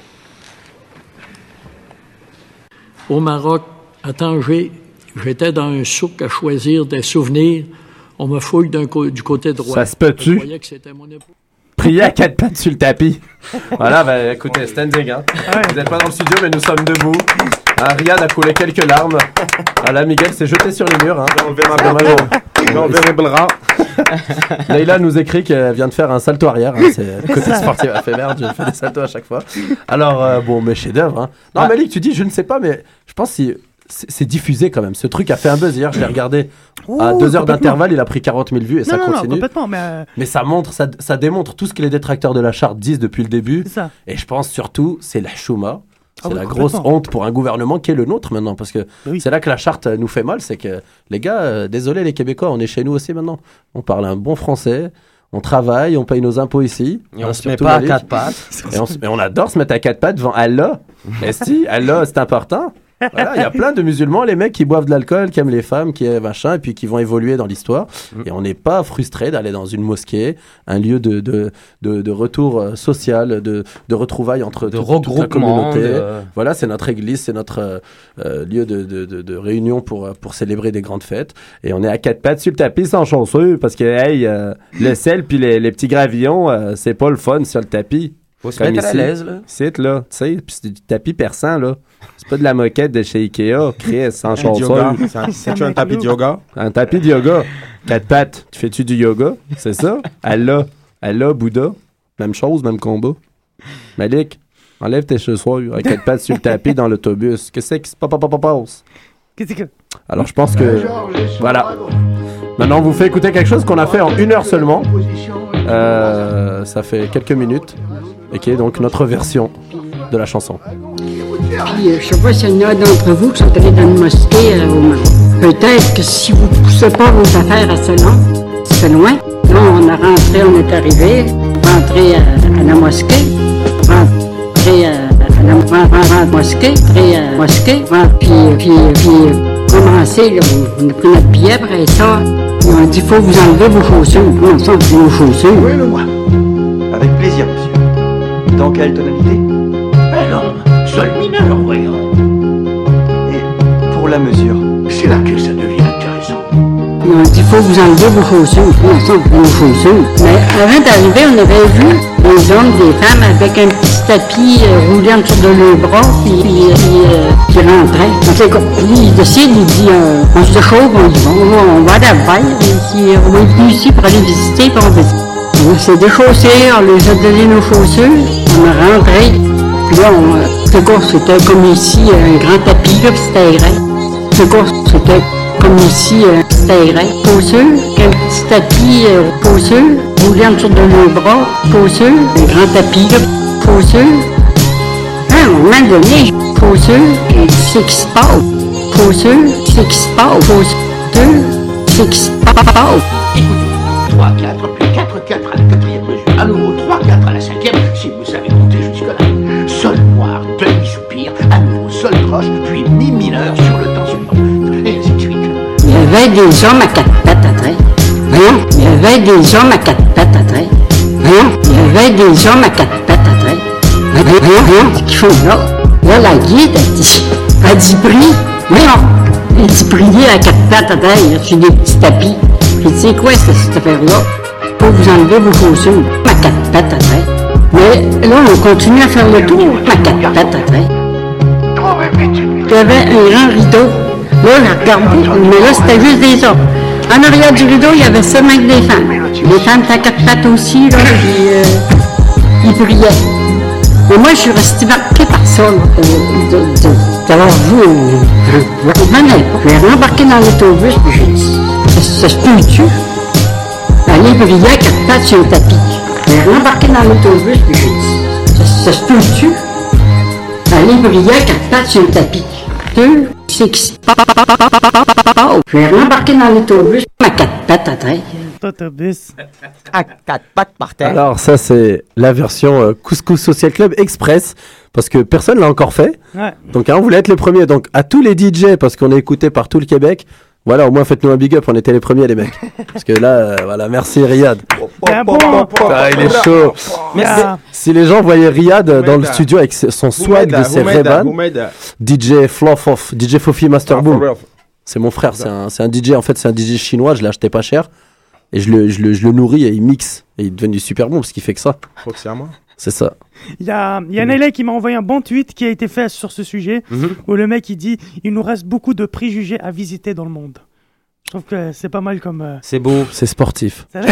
Au Maroc, à Tanger, j'étais dans un souk à choisir des souvenirs. On me fouille d'un co- du côté droit. Ça se peut-tu? Je voyais que c'était mon époux. Prier à quatre pattes sur le tapis. Voilà, ben écoutez, standing, hein. Vous n'êtes pas dans le studio, mais nous sommes debout. Ah, Riyad a coulé quelques larmes. Ah là, Miguel s'est jeté sur les murs. Hein. J'ai enlevé ma dommage. J'ai enlevé mes bras. Leïla nous écrit qu'elle vient de faire un salto arrière. Hein. C'est le côté sportif éphémère. Je fais des saltos à chaque fois. Alors, euh, bon, mais chef-d'œuvre. Hein. Non, ah. Malik, tu dis, je ne sais pas, mais je pense que si, c'est, c'est diffusé quand même. Ce truc a fait un buzz hier. Je l'ai regardé Ouh, à deux heures d'intervalle. Il a pris quarante mille vues et non, ça non, continue. Non, complètement, mais, euh... mais ça montre, ça, ça démontre tout ce que les détracteurs de la charte disent depuis le début. C'est ça. Et je pense surtout, c'est la chouma. C'est ah oui, la grosse honte pour un gouvernement qui est le nôtre maintenant, parce que oui. c'est là que la charte nous fait mal, c'est que les gars, euh, désolé les Québécois, on est chez nous aussi maintenant. On parle un bon français, on travaille, on paye nos impôts ici. Et on se met pas à quatre pattes. Et on, mais on adore se mettre à quatre pattes devant Allah. Mais si, Allah, c'est important. Voilà, il y a plein de musulmans, les mecs qui boivent de l'alcool, qui aiment les femmes, qui est machin, et puis qui vont évoluer dans l'histoire. Mmh. Et on n'est pas frustré d'aller dans une mosquée, un lieu de, de, de, de retour euh, social, de, de retrouvailles entre de toute, regroupement, toute la communauté. De... Voilà, c'est notre église, c'est notre euh, lieu de, de, de, de réunion pour, pour célébrer des grandes fêtes. Et on est à quatre pattes sur le tapis sans chaussures, parce que hey, euh, le sel puis les, les petits gravillons, euh, c'est pas le fun sur le tapis. Faut se mettre à l'aise, là. C'est là, tu sais, puis c'est du tapis perçant, là. C'est pas de la moquette de chez Ikea, Chris, sans chaussures. C'est-tu un tapis de yoga? Un tapis de yoga. Quatre pattes. Tu fais-tu du yoga? C'est ça? Allah. Allah, Bouddha. Même chose, même combat. Malik, enlève tes chaussures à quatre pattes sur le tapis dans l'autobus. Qu'est-ce qui se passe? Qu'est-ce que... Alors, je pense que... Voilà. Maintenant, on vous fait écouter quelque chose qu'on a fait en une heure seulement. Euh, ça fait quelques minutes. Et qui est donc notre version de la chanson. Puis, euh, je sais pas s'il y en a d'entre vous qui sont allés dans une mosquée euh, au Maroc. Peut-être que si vous ne poussez pas vos affaires assez loin, c'est loin. Là, on a rentré, on est arrivé, rentré à, à la mosquée, rentré à, à la rentré à la mosquée, rentré à la mosquée, puis, puis, puis commencé, là, on a pris notre billet, après ça, ils ont dit, il faut vous enlever vos chaussures. On s'en fout vos chaussures. Oui, le moi. Avec plaisir, monsieur. Dans quelle tonalité? Un homme, seul mineur, voyons. Et pour la mesure? C'est là que ça devient intéressant. Ils ont dit, il faut vous enlever vos chaussures. On s'en fout vos chaussures. Mais avant d'arriver, on avait vu des hommes, des femmes avec un petit tapis euh, roulé en dessous de leurs bras, puis, puis euh, qui rentraient. Donc, lui, il décide, il dit, euh, on se chauffe, on dit, bon, on va d'abord, et on est venu ici pour aller visiter, puis on visite. On s'est déchaussé, on les a donné nos chaussures, on est rentré, puis là, on, ce gars, c'était comme ici, un grand tapis, là, puis c'était vrai. Ce gars, c'était comme ici, euh, c'était vrai. Chaussures, un petit tapis, euh, chaussures, roulé en dessous de nos bras, chaussures, un grand tapis, là, chaussures. À un moment donné, chaussures, et c'est qui se passe. Chaussures, c'est qui se passe. Chaussures, c'est qui se passe. trois, quatre, puis quatre, quatre à la quatrième mesure. À nouveau, trois, quatre à la cinquième, si vous savez compter jusque-là. Sol noir, demi-soupir, à nouveau sol croche, puis mi mineur sur le temps suivant. Et ainsi de suite. Il y avait des hommes à quatre pattes à trait. Voyons, il y avait des hommes à quatre pattes à trait. Voyons, il y avait des hommes à quatre pattes à trait. Voyons, voyons, ce qu'ils font là. Là, la guide, elle dit, elle dit, prie. Voyons, elle dit, prier à quatre pattes à trait, sur des petits tapis. Puis tu sais quoi, cette, cette affaire-là? Faut vous enlever vos chaussures. Ma quatre pattes à trait. Mais là, on continue à faire le tour. Ma quatre pattes à trait. Il y avait un grand rideau. Là, j'ai regardé, mais là, c'était juste des hommes. En arrière du rideau, il y avait seulement que des femmes. Les femmes étaient à quatre pattes aussi, là, puis euh, ils priaient. Mais moi, je suis restée marquée par ça, là, de, de, de, d'avoir vu un... Je ne revenais pas. J'ai rembarqué dans l'autobus, puis j'ai dit, ça, ça se peut-tu? Aller briller à quatre pattes sur un tapis. J'ai rembarqué dans l'autobus, puis j'ai dit, ça, ça se peut-tu? Aller briller à quatre pattes sur un tapis. Deux, c'est qui se passe. J'ai rembarqué dans l'autobus, à quatre pattes. quatre à terre. Totobus. À quatre pattes par terre. Alors ça c'est la version euh, Couscous Social Club Express parce que personne l'a encore fait. Ouais. Donc hein, on voulait être les premiers. Donc à tous les D J parce qu'on est écouté par tout le Québec. Voilà, au moins faites-nous un big up, on était les premiers les mecs. Parce que là, euh, voilà, merci Riyad. Ben bon, Ah, il est chaud. il y a- Si les gens voyaient Riyad euh, dans le Humeda. studio avec ses- son swag de ses Humeda, Ray-Ban, Humeda. D J Flof, D J Fofi Master Ah, Boom. for real. C'est mon frère, c'est un, c'est un D J, en fait c'est un D J chinois, je l'ai acheté pas cher. Et je le, je, le, je le nourris et il mixe. Et il est devenu super bon parce qu'il fait que ça. Faut que c'est à moi. C'est ça. Il y a, il y a Nelly qui m'a envoyé un bon tweet qui a été fait sur ce sujet, Mhm. où le mec il dit il nous reste beaucoup de préjugés à visiter dans le monde. Je trouve que c'est pas mal comme. euh, C'est beau. C'est sportif. ça-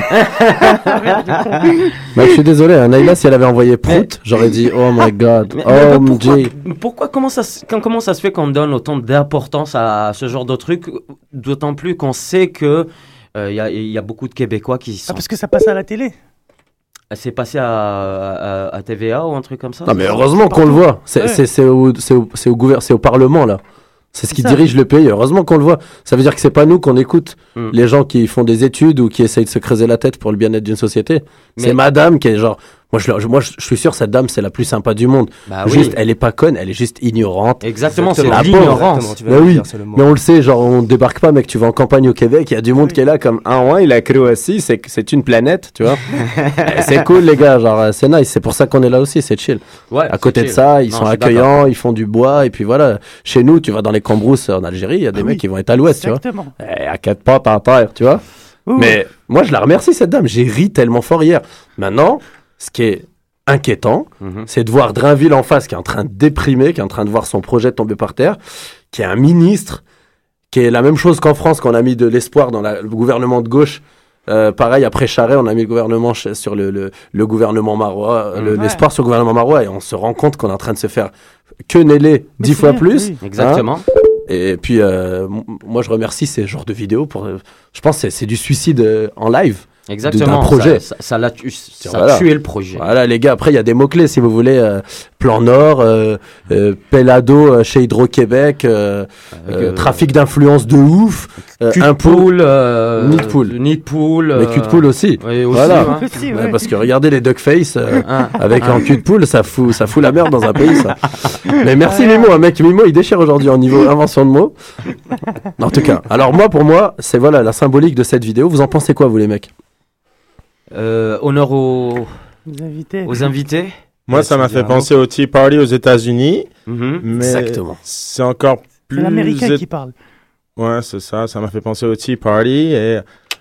Mec, je suis désolé, hein, Naïla, si elle avait envoyé Prout, j'aurais dit oh my god, Mais- oh mais M pourquoi, J. pourquoi comment, ça, se- quand- comment ça se fait qu'on donne autant d'importance à ce genre de truc, d'autant plus qu'on sait que il y, a, y a beaucoup de Québécois qui Ah, sont. parce que ça passe à la télé. C'est passé à, à, à T V A ou un truc comme ça. Non mais heureusement qu'on le voit. C'est Ouais. c'est- c'est au, c'est au, c'est au, gouver- c'est au Parlement là. C'est ce qui ça. dirige le pays. Heureusement qu'on le voit. Ça veut dire que c'est pas nous qu'on écoute Mm. les gens qui font des études ou qui essayent de se creuser la tête pour le bien-être d'une société. Mais- C'est madame qui est genre. Moi je, moi, je je suis sûr, cette dame, c'est la plus sympa du monde. Bah juste, oui. elle est pas conne, elle est juste ignorante. Exactement, c'est La de pauvre. l'ignorance. Exactement, tu vas Mais le oui, dire, c'est le mot. mais on le sait, genre on débarque pas, mec. Tu vas en campagne au Québec, il y a du monde Oui. qui est là comme ah ouais, la Croatie, c'est que c'est une planète, tu vois. Eh, c'est cool les gars, genre euh, c'est nice. C'est pour ça qu'on est là aussi, c'est chill. Ouais, À côté c'est de chill. ça, ils Non, sont je suis accueillants, ils font du bois, et puis voilà. Chez nous, tu vas dans les Cambrousses en Algérie, il y a des Ah mecs oui, qui vont être à l'ouest, tu vois. Exactement. Eh, à quatre pattes par terre, tu vois. Ouh. Mais moi, je la remercie, cette dame. J'ai ri tellement fort hier. Maintenant, ce qui est inquiétant, Mhm. c'est de voir Drainville en face qui est en train de déprimer, qui est en train de voir son projet tomber par terre, qui est un ministre, qui est la même chose qu'en France, qu'on a mis de l'espoir dans la- le gouvernement de gauche. Euh, pareil, après Charest, on a mis le gouvernement ch- sur le, le, le gouvernement marois, le- Ouais. l'espoir sur le gouvernement marois, et on se rend compte qu'on est en train de se faire quenêler Mais dix c'est fois bien, plus. oui. Exactement. Et puis, euh, m- moi, je remercie ces genres de vidéos. Pour, euh, je pense que c'est- c'est du suicide euh, en live. Exactement. d'un projet. Ça, ça, ça l'a tu- ça a Voilà. tué le projet. Voilà, les gars. Après, il y a des mots-clés, si vous voulez. euh, Plan Nord, euh, euh, Pelado euh, chez Hydro-Québec, euh, Avec, euh, euh, trafic d'influence de ouf, euh, Cul de impôts. poule, euh, Nid de poule. nid de poule. Mais cul de poule aussi. Oui, aussi. Voilà. hein. Aussi, Ouais, ouais. parce que regardez les duckface euh, Hein. avec un cul de poule, ça fout, ça fout la merde dans un pays, ça. Mais merci Mimo, un mec Mimo, il déchire aujourd'hui en niveau invention de mots. En tout cas, alors moi, pour moi, c'est voilà la symbolique de cette vidéo. Vous en pensez quoi, vous les mecs? Euh, honneur aux, Vous invitez. aux invités. Moi, Ouais, ça tu m'a dis fait un penser au Tea Party aux États-Unis, Mhm. mais Exactement. c'est encore plus. C'est l'américain é- qui parle. Ouais, c'est ça. Ça m'a fait penser au Tea Party et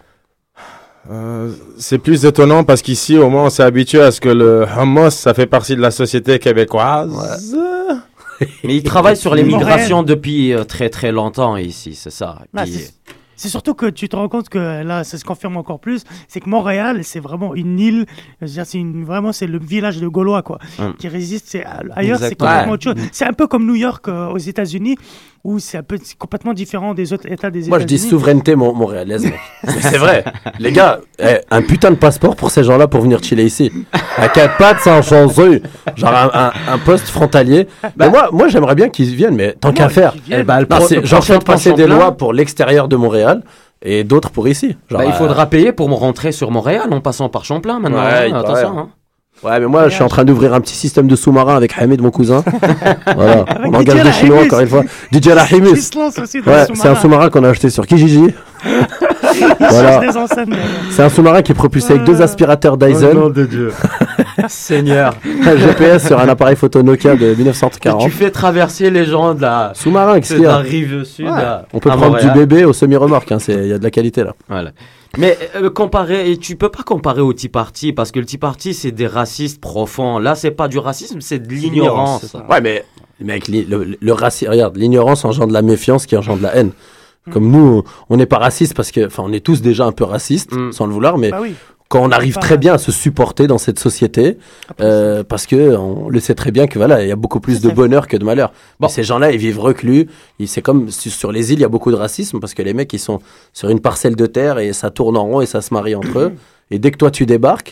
euh, c'est plus étonnant parce qu'ici, au moins, on s'est habitué à ce que le hummus, ça fait partie de la société québécoise. Mais ils travaillent sur Montréal. l'immigration depuis euh, très très longtemps ici, c'est ça. Et Ah, puis, c'est- C'est surtout que tu te rends compte que là, ça se confirme encore plus, c'est que Montréal, c'est vraiment une île, je veux dire, c'est une, vraiment, c'est le village de Gaulois, quoi, Hum. qui résiste. C'est, ailleurs, c'est Exactement. complètement autre chose. C'est un peu comme New York euh, aux États-Unis, où c'est un peu c'est complètement différent des autres États des Moi, je États-Unis. dis souveraineté mon- montréalaise, mec. Mais c'est vrai. Les gars, eh, un putain de passeport pour ces gens-là pour venir chiller ici. À quatre pattes, sans changer. Genre un, un, un poste frontalier. Mais moi, moi j'aimerais bien qu'ils viennent, mais tant qu'à Moi, faire. qu'ils viennent. Eh ben, le Non, pro- c'est- le genre, prochain faites passer des Champlain, lois pour l'extérieur de Montréal et d'autres pour ici. Genre, bah, il euh, faudra payer pour me rentrer sur Montréal en passant par Champlain maintenant. Ouais, il hein, paraît. attention. hein. Ouais, mais moi, je suis en train d'ouvrir un petit système de sous-marin avec Hamid, mon cousin. Voilà. On D J engage des Rahimus. Chinois, encore une fois. D J Qui Rahimus. se lance aussi dans Ouais, le c'est un sous-marin qu'on a acheté sur Kijiji. Il Voilà. cherche des enseignes, d'ailleurs. C'est un sous-marin qui est propulsé avec deux Euh. aspirateurs Dyson. de Dieu. Seigneur. Un G P S sur un appareil photo Nokia de mille neuf cent Tu quarante. fais traverser les gens de la, Sous-marin, qu'est-ce de qu'il y la a? rive sud Ouais. à, On peut à prendre Montréal. du bébé au semi-remorque, hein, c'est- il y a de la qualité là. Voilà. Mais euh, comparer, et tu peux pas comparer au Tea Party parce que le Tea Party c'est des racistes profonds. Là c'est pas du racisme, c'est de l'ignorance. c'est ça. Ouais, mais mec, li- le, le racisme, regarde, l'ignorance engendre la méfiance qui engendre la haine. Comme nous, on n'est pas raciste parce que, enfin, on est tous déjà un peu racistes, Mm. sans le vouloir, mais Bah oui. quand on arrive Pas très mal. bien à se supporter dans cette société, Après, euh, parce que on le sait très bien que voilà, il y a beaucoup plus C'est de ça. bonheur que de malheur. Bon. Mais ces gens-là, ils vivent reclus. Ils- C'est comme su- sur les îles, il y a beaucoup de racisme parce que les mecs, ils sont sur une parcelle de terre et ça tourne en rond et ça se marie entre eux. Et dès que toi tu débarques,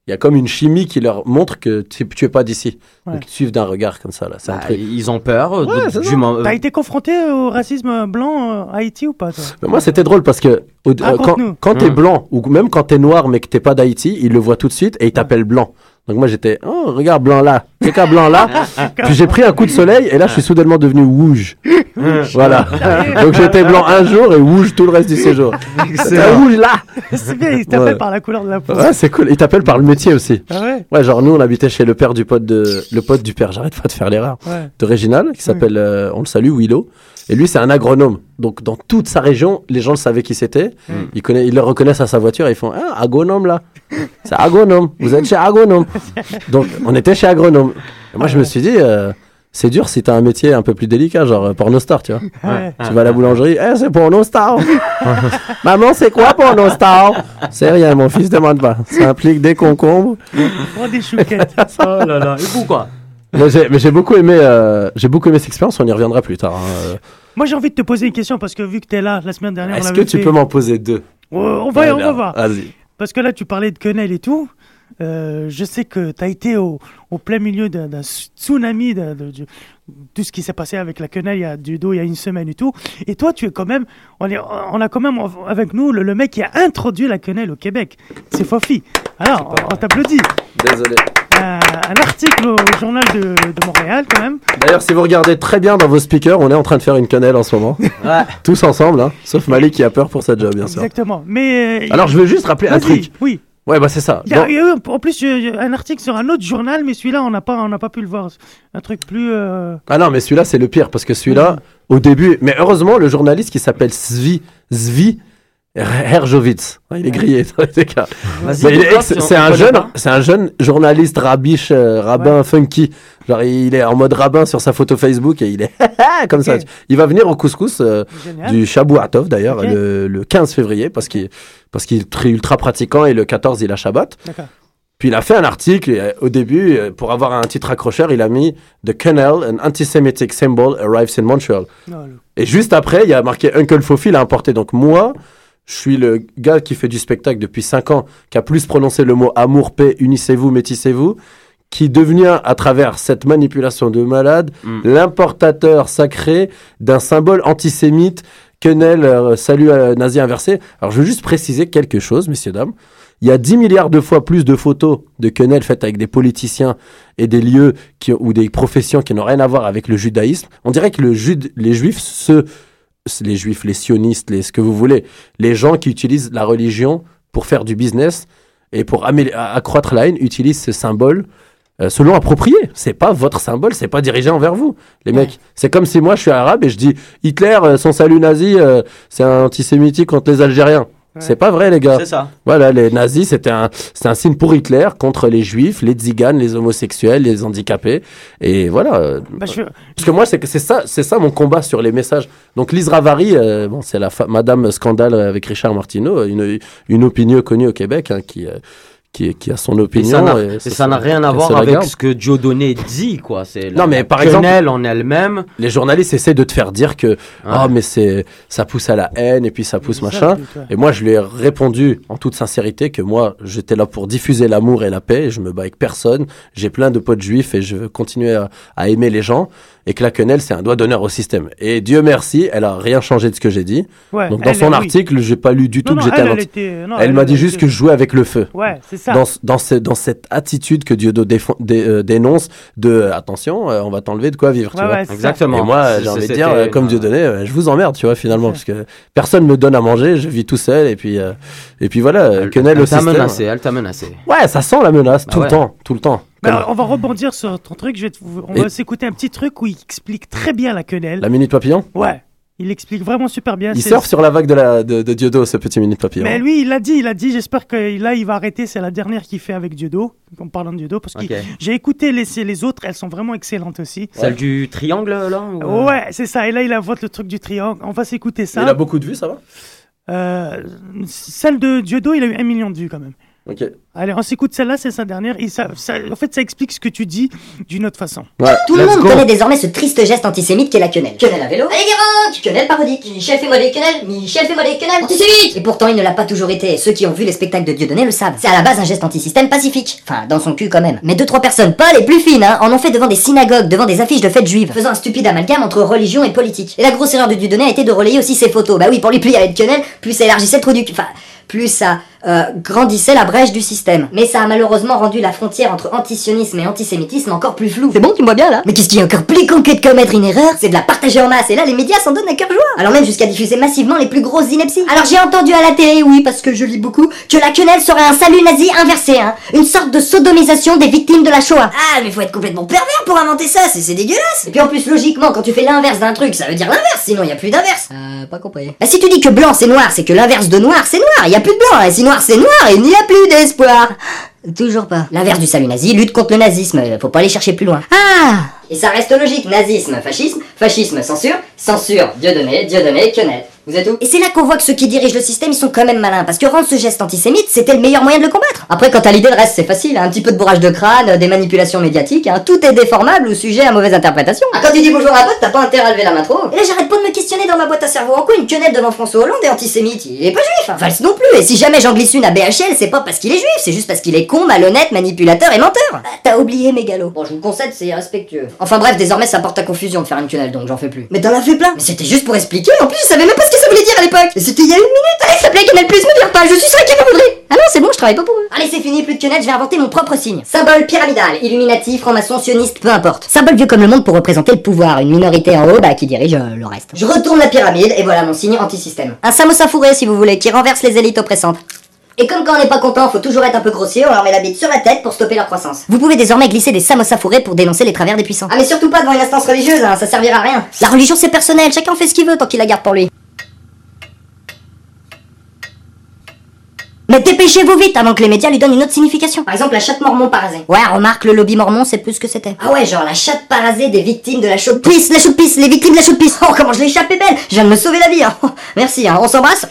Il y a comme une chimie qui leur montre que tu, tu es pas d'ici. Ouais. Donc ils te suivent d'un regard comme ça là. C'est un Bah, truc. ils ont peur. euh, Ouais, de- c'est du ça. man- euh, T'as été confronté au racisme blanc euh, à Haïti ou pas, toi? Mais moi, c'était drôle parce que au- euh, quand, Raconte-nous. quand t'es Mm. blanc ou même quand t'es noir mais que t'es pas d'Haïti, ils le voient tout de suite et ils t'appellent blanc. Donc moi j'étais, oh regarde blanc là, c'est qu'un blanc là. Puis j'ai pris un coup de soleil et là je suis soudainement devenu rouge. Voilà. Donc j'étais blanc un jour et rouge tout le reste du séjour. C'était rouge là. C'est bien, ils t'appellent Ouais. par la couleur de la peau. Ouais, c'est cool. Ils t'appellent par le métier aussi. Ah ouais? Ouais, genre nous on habitait chez le père du pote de le pote du père. J'arrête pas de faire l'erreur. Ouais. De Réginal qui s'appelle, euh, on le salue, Willow. Et lui c'est un agronome. Donc dans toute sa région, les gens le savaient qui c'était. Ils connaissent, ils le reconnaissent à sa voiture et ils font ah agronome là. C'est agronome. Vous êtes chez agronome. Donc on était chez agronome. Et moi je me suis dit euh, c'est dur si t'as un métier un peu plus délicat, genre euh, pornostar, tu vois. Ouais. Tu vas à la boulangerie, eh, c'est pornostar. Maman, c'est quoi pornostar? C'est rien, mon fils, demande pas. Ça implique des concombres. Prends des chouquettes. Oh là là. Et pourquoi? Mais j'ai, mais j'ai beaucoup aimé, euh, j'ai beaucoup aimé cette expérience. On y reviendra plus tard. hein. Moi, j'ai envie de te poser une question parce que vu que t'es là la semaine dernière, on Est-ce avait que tu fait- peux m'en poser deux? Oh, on va, Ouais, on va bien. voir. Vas-y. Parce que là, tu parlais de quenelle et tout. Euh, je sais que tu as été au, au plein milieu d'un, d'un tsunami de, de- de- tout ce qui s'est passé avec la quenelle il y a, du dos il y a une semaine et tout. Et toi, tu es quand même, on, est, on a quand même avec nous le, le mec qui a introduit la quenelle au Québec. C'est Fofi. Alors, on, on t'applaudit. Désolé. Euh, un article au journal de, de Montréal quand même. D'ailleurs, si vous regardez très bien dans vos speakers, on est en train de faire une quenelle en ce moment. Ouais. Tous ensemble, hein. Sauf Malik qui a peur pour sa job, bien sûr. Exactement. Mais, euh, Alors, je veux juste rappeler un vas-y, truc. Oui. Ouais, bah c'est ça. Il y a, Dans- il y a eu en plus il y a eu un article sur un autre journal, mais celui-là, on n'a pas, on n'a pas pu le voir. Un truc plus. euh, Ah non, mais celui-là, c'est le pire, parce que celui-là, au début... Mais heureusement, le journaliste qui s'appelle Zvi, Zvi Herjovitz, hein, il est grillé dans les cas. Vas-y, Mais il est développe, ex- si on- c'est on un connaît jeune, pas. c'est un jeune journaliste rabiche, euh, rabbin funky. Genre, il est en mode rabbin sur sa photo Facebook et il est comme ça. Ok. Il va venir au couscous euh, Génial. du Shabuatov d'ailleurs Ok. le, le quinze février parce qu'il parce qu'il est très ultra pratiquant et le quatorze il a Shabbat. D'accord. Puis il a fait un article et, euh, au début euh, pour avoir un titre accrocheur, il a mis The Kennel, an anti-Semitic symbol arrives in Montreal. Non, le- Et juste après, il y a marqué Uncle Fofi l'a importé. Donc moi, je suis le gars qui fait du spectacle depuis cinq ans, qui a plus prononcé le mot amour, paix, unissez-vous, métissez-vous, qui devient, à travers cette manipulation de malade, Mm. l'importateur sacré d'un symbole antisémite, quenelle, euh, salut euh, nazi inversé. Alors je veux juste préciser quelque chose, messieurs, dames. Il y a dix milliards de fois plus de photos de quenelle faites avec des politiciens et des lieux qui, ou des professions qui n'ont rien à voir avec le judaïsme. On dirait que le jud- les juifs se les juifs, les sionistes, les, ce que vous voulez, les gens qui utilisent la religion pour faire du business et pour amé- a- accroître la haine utilisent ce symbole euh, selon approprié. C'est pas votre symbole, c'est pas dirigé envers vous, les mecs. C'est comme si moi je suis arabe et je dis Hitler, euh, son salut nazi, euh, c'est un antisémitique contre les Algériens. Ouais. C'est pas vrai, les gars. C'est ça. Voilà, les nazis, c'était un, c'était un signe pour Hitler contre les juifs, les tziganes, les homosexuels, les handicapés. Et voilà. euh, Bah, je- parce que moi, c'est que c'est ça, c'est ça mon combat sur les messages. Donc, Lise Ravary, euh, bon, c'est la fa- Madame Scandale avec Richard Martineau, une, une opinion connue au Québec, hein, qui, euh, qui, qui a son Et opinion. ça n'a- et et ça, ça n'a c'est- rien à elle voir se la avec garde. ce que Dieudonné dit, quoi. C'est Non, la- mais la par exemple- quenelle en elle-même. Les journalistes essaient de te faire dire que, ah, mais c'est, ça pousse à la haine et puis ça pousse C'est ça, machin. le but, ouais. Et moi, je lui ai répondu en toute sincérité que moi, j'étais là pour diffuser l'amour et la paix. Et je me bats avec personne. J'ai plein de potes juifs et je veux continuer à, à aimer les gens. Et que la quenelle, c'est un doigt d'honneur au système. Et Dieu merci, elle a rien changé de ce que j'ai dit. Ouais, Donc dans elle, son oui. article, j'ai pas lu du tout Non, que non, j'étais elle, un elle anti- était- non, Elle m'a dit elle juste était- que je jouais avec le feu. Ouais, c'est ça. Dans, ce- dans, ce- dans cette attitude que Dieu défon- dé- euh, dénonce de euh, attention, euh, on va t'enlever de quoi vivre. tu Ouais, vois. ouais, c'est ça. Exactement. Et moi, C'est- j'ai envie de c'était- dire, euh, comme Dieu donnait, euh, je vous emmerde, tu vois, finalement, parce que personne me donne à manger, je vis tout seul, et puis, euh, et puis voilà, euh, Elle, quenelle elle au t'a système. menacé, elle t'a menacé. Ouais, ça sent la menace, Bah tout ouais. le temps, tout le temps. Bah, Comme on va rebondir sur ton truc. Je vais te- on Et- va s'écouter un petit truc où il explique très bien la quenelle. la minute papillon. Ouais, il explique vraiment super bien. Il C'est- surfe sur la vague de, la, de, de Diodo, ce petit minute papillon. Mais lui, il l'a dit, il a dit. J'espère que là, il va arrêter. C'est la dernière qu'il fait avec Diodo, en parlant de Diodo, parce que Ok. j'ai écouté les, les autres. Elles sont vraiment excellentes aussi. Celle du triangle, là ou- Ouais, c'est ça. Et là, il invente le truc du triangle. On va s'écouter ça. Il a beaucoup de vues, ça va Euh, celle de Diodo, il a eu un million de vues quand même. Ok. Allez, on s'écoute celle-là, c'est sa dernière. Et ça, ça, en fait, ça explique ce que tu dis d'une autre façon. Ouais. Tout le Let's monde go. connaît désormais ce triste geste antisémite qu'est la quenelle. Quenelle à vélo. Allez, Guérin, quenelle parodique. Michel, fais-moi des quenelles. Michel, fais-moi des quenelles. Antisémite. Et pourtant, il ne l'a pas toujours été. Ceux qui ont vu les spectacles de Dieudonné le savent. C'est à la base un geste antisystème pacifique. Enfin, dans son cul quand même. Mais deux, trois personnes, pas les plus fines, hein, en ont fait devant des synagogues, devant des affiches de fêtes juives, faisant un stupide amalgame entre religion et politique. Et la grosse erreur de Dieudonné a été de relayer aussi ses photos. Bah oui, pour lui, plus il y avait de quenelle, plus ça élargissait le trou du cul. Enfin, plus ça euh, grandissait la brèche du système. Mais ça a malheureusement rendu la frontière entre antisionisme et antisémitisme encore plus floue. C'est bon, tu me vois bien là? Mais qu'est-ce qui est encore plus con que de commettre une erreur? C'est de la partager en masse, et là les médias s'en donnent à cœur joie. Alors même jusqu'à diffuser massivement les plus grosses inepties. Alors j'ai entendu à la télé, oui, parce que je lis beaucoup, que la quenelle serait un salut nazi inversé, hein. Une sorte de sodomisation des victimes de la Shoah. Ah, mais faut être complètement pervers pour inventer ça, c'est, c'est dégueulasse. Et puis en plus, logiquement, quand tu fais l'inverse d'un truc, ça veut dire l'inverse, sinon y a plus d'inverse. Euh, pas compris. Bah si tu dis que blanc c'est noir, c'est que l'inverse de noir c'est noir, y a plus de blanc, et si noir c'est noir, il n'y a plus d'espoir. Toujours pas. L'inverse du salut nazi, lutte contre le nazisme, faut pas aller chercher plus loin. Ah! Et ça reste logique, nazisme, fascisme, fascisme, censure, censure, Dieudonné, Dieudonné, quenelle. Vous êtes où? Et c'est là qu'on voit que ceux qui dirigent le système, ils sont quand même malins, parce que rendre ce geste antisémite, c'était le meilleur moyen de le combattre. Après, quant à l'idée, le reste, c'est facile, hein, un petit peu de bourrage de crâne, des manipulations médiatiques, hein, tout est déformable ou sujet à mauvaise interprétation. Ah, quand tu dis bonjour à un pote, t'as pas intérêt à lever la main trop. Et là, j'arrête pas de me questionner dans ma boîte à cerveau. En quoi une quenelle devant François Hollande est antisémite? Il est pas juif, hein. Valse non plus. Et si jamais j'en glisse une à B H L, c'est pas parce qu'il est juif, c'est juste parce qu'il est con, malhonnête, manipulateur et menteur. Ah, t'as oublié, mégalo. Bon, je vous concède, c'est irrespectueux. Enfin bref, désormais, ça porte à confusion de faire une quenelle, donc j'en fais plus. Mais t'en as fait plein. Mais c'était juste pour expliquer. En plus, je savais même pas ce que ça voulait dire à l'époque. Et c'était il y a une minute. Allez, ça plaît, Canal Plus, me vire pas, je suis sûr qui vous voudrez. Ah non, c'est bon, je travaille pas pour eux. Allez, c'est fini, plus de quenelle, je vais inventer mon propre signe. Symbole pyramidal, illuminati, franc-maçon, sioniste, peu importe. Symbole vieux comme le monde pour représenter le pouvoir, une minorité en haut, bah, qui dirige euh, le reste. Je retourne la pyramide, et voilà mon signe anti-système. Un samosa fourré, si vous voulez, qui renverse les élites oppressantes. Et comme quand on n'est pas content, faut toujours être un peu grossier, on leur met la bite sur la tête pour stopper leur croissance. Vous pouvez désormais glisser des samosas fourrés pour dénoncer les travers des puissants. Ah mais surtout pas devant une instance religieuse, hein, ça servira à rien. La religion c'est personnel, chacun fait ce qu'il veut tant qu'il la garde pour lui. Mais dépêchez-vous vite avant que les médias lui donnent une autre signification. Par exemple la chatte mormon parasée. Ouais, remarque, le lobby mormon c'est plus ce que c'était. Ah ouais, genre la chatte parasée des victimes de la chaude pisse, la chaude pisse, les victimes de la chaude pisse. Oh comment je l'ai échappé belle, je viens de me sauver la vie, hein. Merci, hein. On s'embrasse.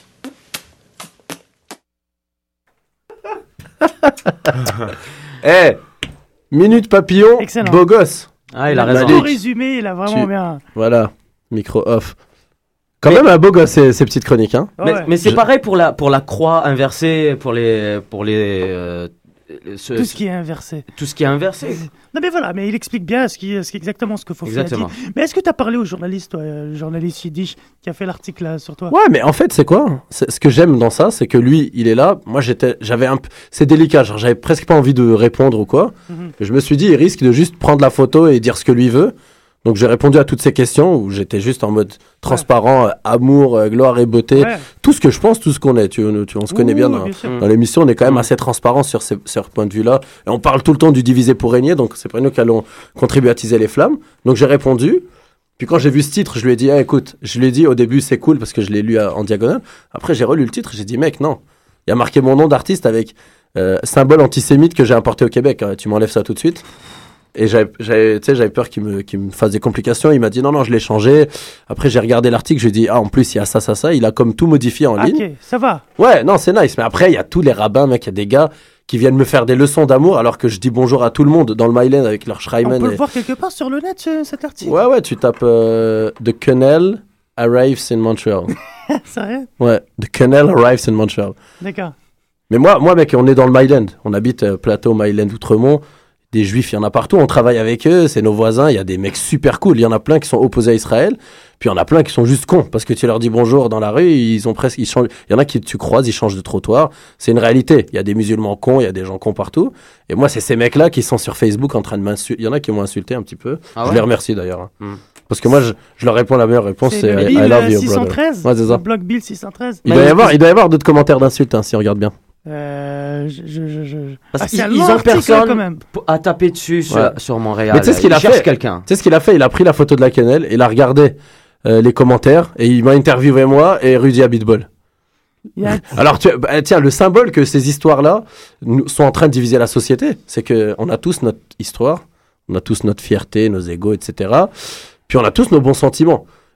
Eh, hey, minute papillon, excellent. Beau gosse. Ah, il a raison. Tout résumé, il a vraiment tu... bien. Voilà, micro off. Quand mais... même un beau gosse ces, ces petites chroniques, hein. Mais, ouais. mais c'est Je... pareil pour la pour la croix inversée, pour les pour les. Euh, ce, tout ce qui est inversé. Tout ce qui est inversé. Non mais voilà, mais il explique bien ce qui, ce qui exactement ce qu'il faut faire. Mais est-ce que tu as parlé au journaliste, toi, le journaliste yiddish qui a fait l'article là, sur toi? Ouais, mais en fait, c'est quoi c'est, ce que j'aime dans ça, c'est que lui, il est là. Moi, j'étais, j'avais un, c'est délicat. Genre, j'avais presque pas envie de répondre ou quoi. Mm-hmm. Je me suis dit, il risque de juste prendre la photo et dire ce que lui veut. Donc j'ai répondu à toutes ces questions où j'étais juste en mode transparent, ouais. euh, amour, euh, gloire et beauté, ouais. Tout ce que je pense, tout ce qu'on est. Tu, tu, on se connaît Ouh, bien, dans, bien dans l'émission, on est quand même mmh. assez transparent sur ces, sur ce point de vue-là. Et on parle tout le temps du diviser pour régner, donc c'est pas nous qui allons contribuer à teaser les flammes. Donc j'ai répondu. Puis quand j'ai vu ce titre, je lui ai dit, ah, écoute, je lui ai dit au début c'est cool parce que je l'ai lu à, en diagonale. Après j'ai relu le titre, j'ai dit mec non, il y a marqué mon nom d'artiste avec euh, symbole antisémite que j'ai importé au Québec. Tu m'enlèves ça tout de suite. Et j'avais, j'avais, tu sais, j'avais peur qu'il me, qu'il me fasse des complications. Il m'a dit non, non, je l'ai changé. Après, j'ai regardé l'article, j'ai dit ah, en plus, il y a ça, ça, ça. Il a comme tout modifié en ah, ligne. Ok, ça va. Ouais, non, c'est nice. Mais après, il y a tous les rabbins, mec. Il y a des gars qui viennent me faire des leçons d'amour alors que je dis bonjour à tout le monde dans le Myland avec leur Schreiman. On peut et... le voir quelque part sur le net, ce, cet article. Ouais, ouais, tu tapes euh, The Quenelle arrives in Montreal. Sérieux? Ouais, The Quenelle arrives in Montreal. D'accord. Mais moi, moi, mec, on est dans le Myland. On habite euh, Plateau, Myland, Outremont. Des juifs, il y en a partout, on travaille avec eux, c'est nos voisins, il y a des mecs super cool, il y en a plein qui sont opposés à Israël, puis il y en a plein qui sont juste cons, parce que tu leur dis bonjour dans la rue, ils ont presque, ils changent, il y en a qui tu croises, ils changent de trottoir, c'est une réalité, il y a des musulmans cons, il y a des gens cons partout, et moi c'est ces mecs-là qui sont sur Facebook en train de m'insulter, il y en a qui m'ont insulté un petit peu, ah ouais je les remercie d'ailleurs, hein. mm. Parce que moi, je, je leur réponds la meilleure réponse, c'est, c'est I, I love you, six cent treize, brother. Ouais, c'est ça. Le blog Bill six cent treize. Il doit y avoir, il doit y avoir d'autres commentaires d'insultes, hein, si on regarde bien. Euh, je, je, je... Parce ah, qu'ils ils ont personne quand même. à taper dessus sur, ouais. sur Montréal. Mais tu sais ce qu'il a fait quelqu'un. Tu sais ce qu'il a fait Il a pris la photo de la quenelle et il a regardé euh, les commentaires et il m'a interviewé moi et Rudy Abitbol. Yeah. Alors tu, bah, tiens, le symbole que ces histoires-là nous, sont en train de diviser la société, c'est que on a tous notre histoire, on a tous notre fierté, nos égos, et cetera. Puis on a tous nos bons sentiments.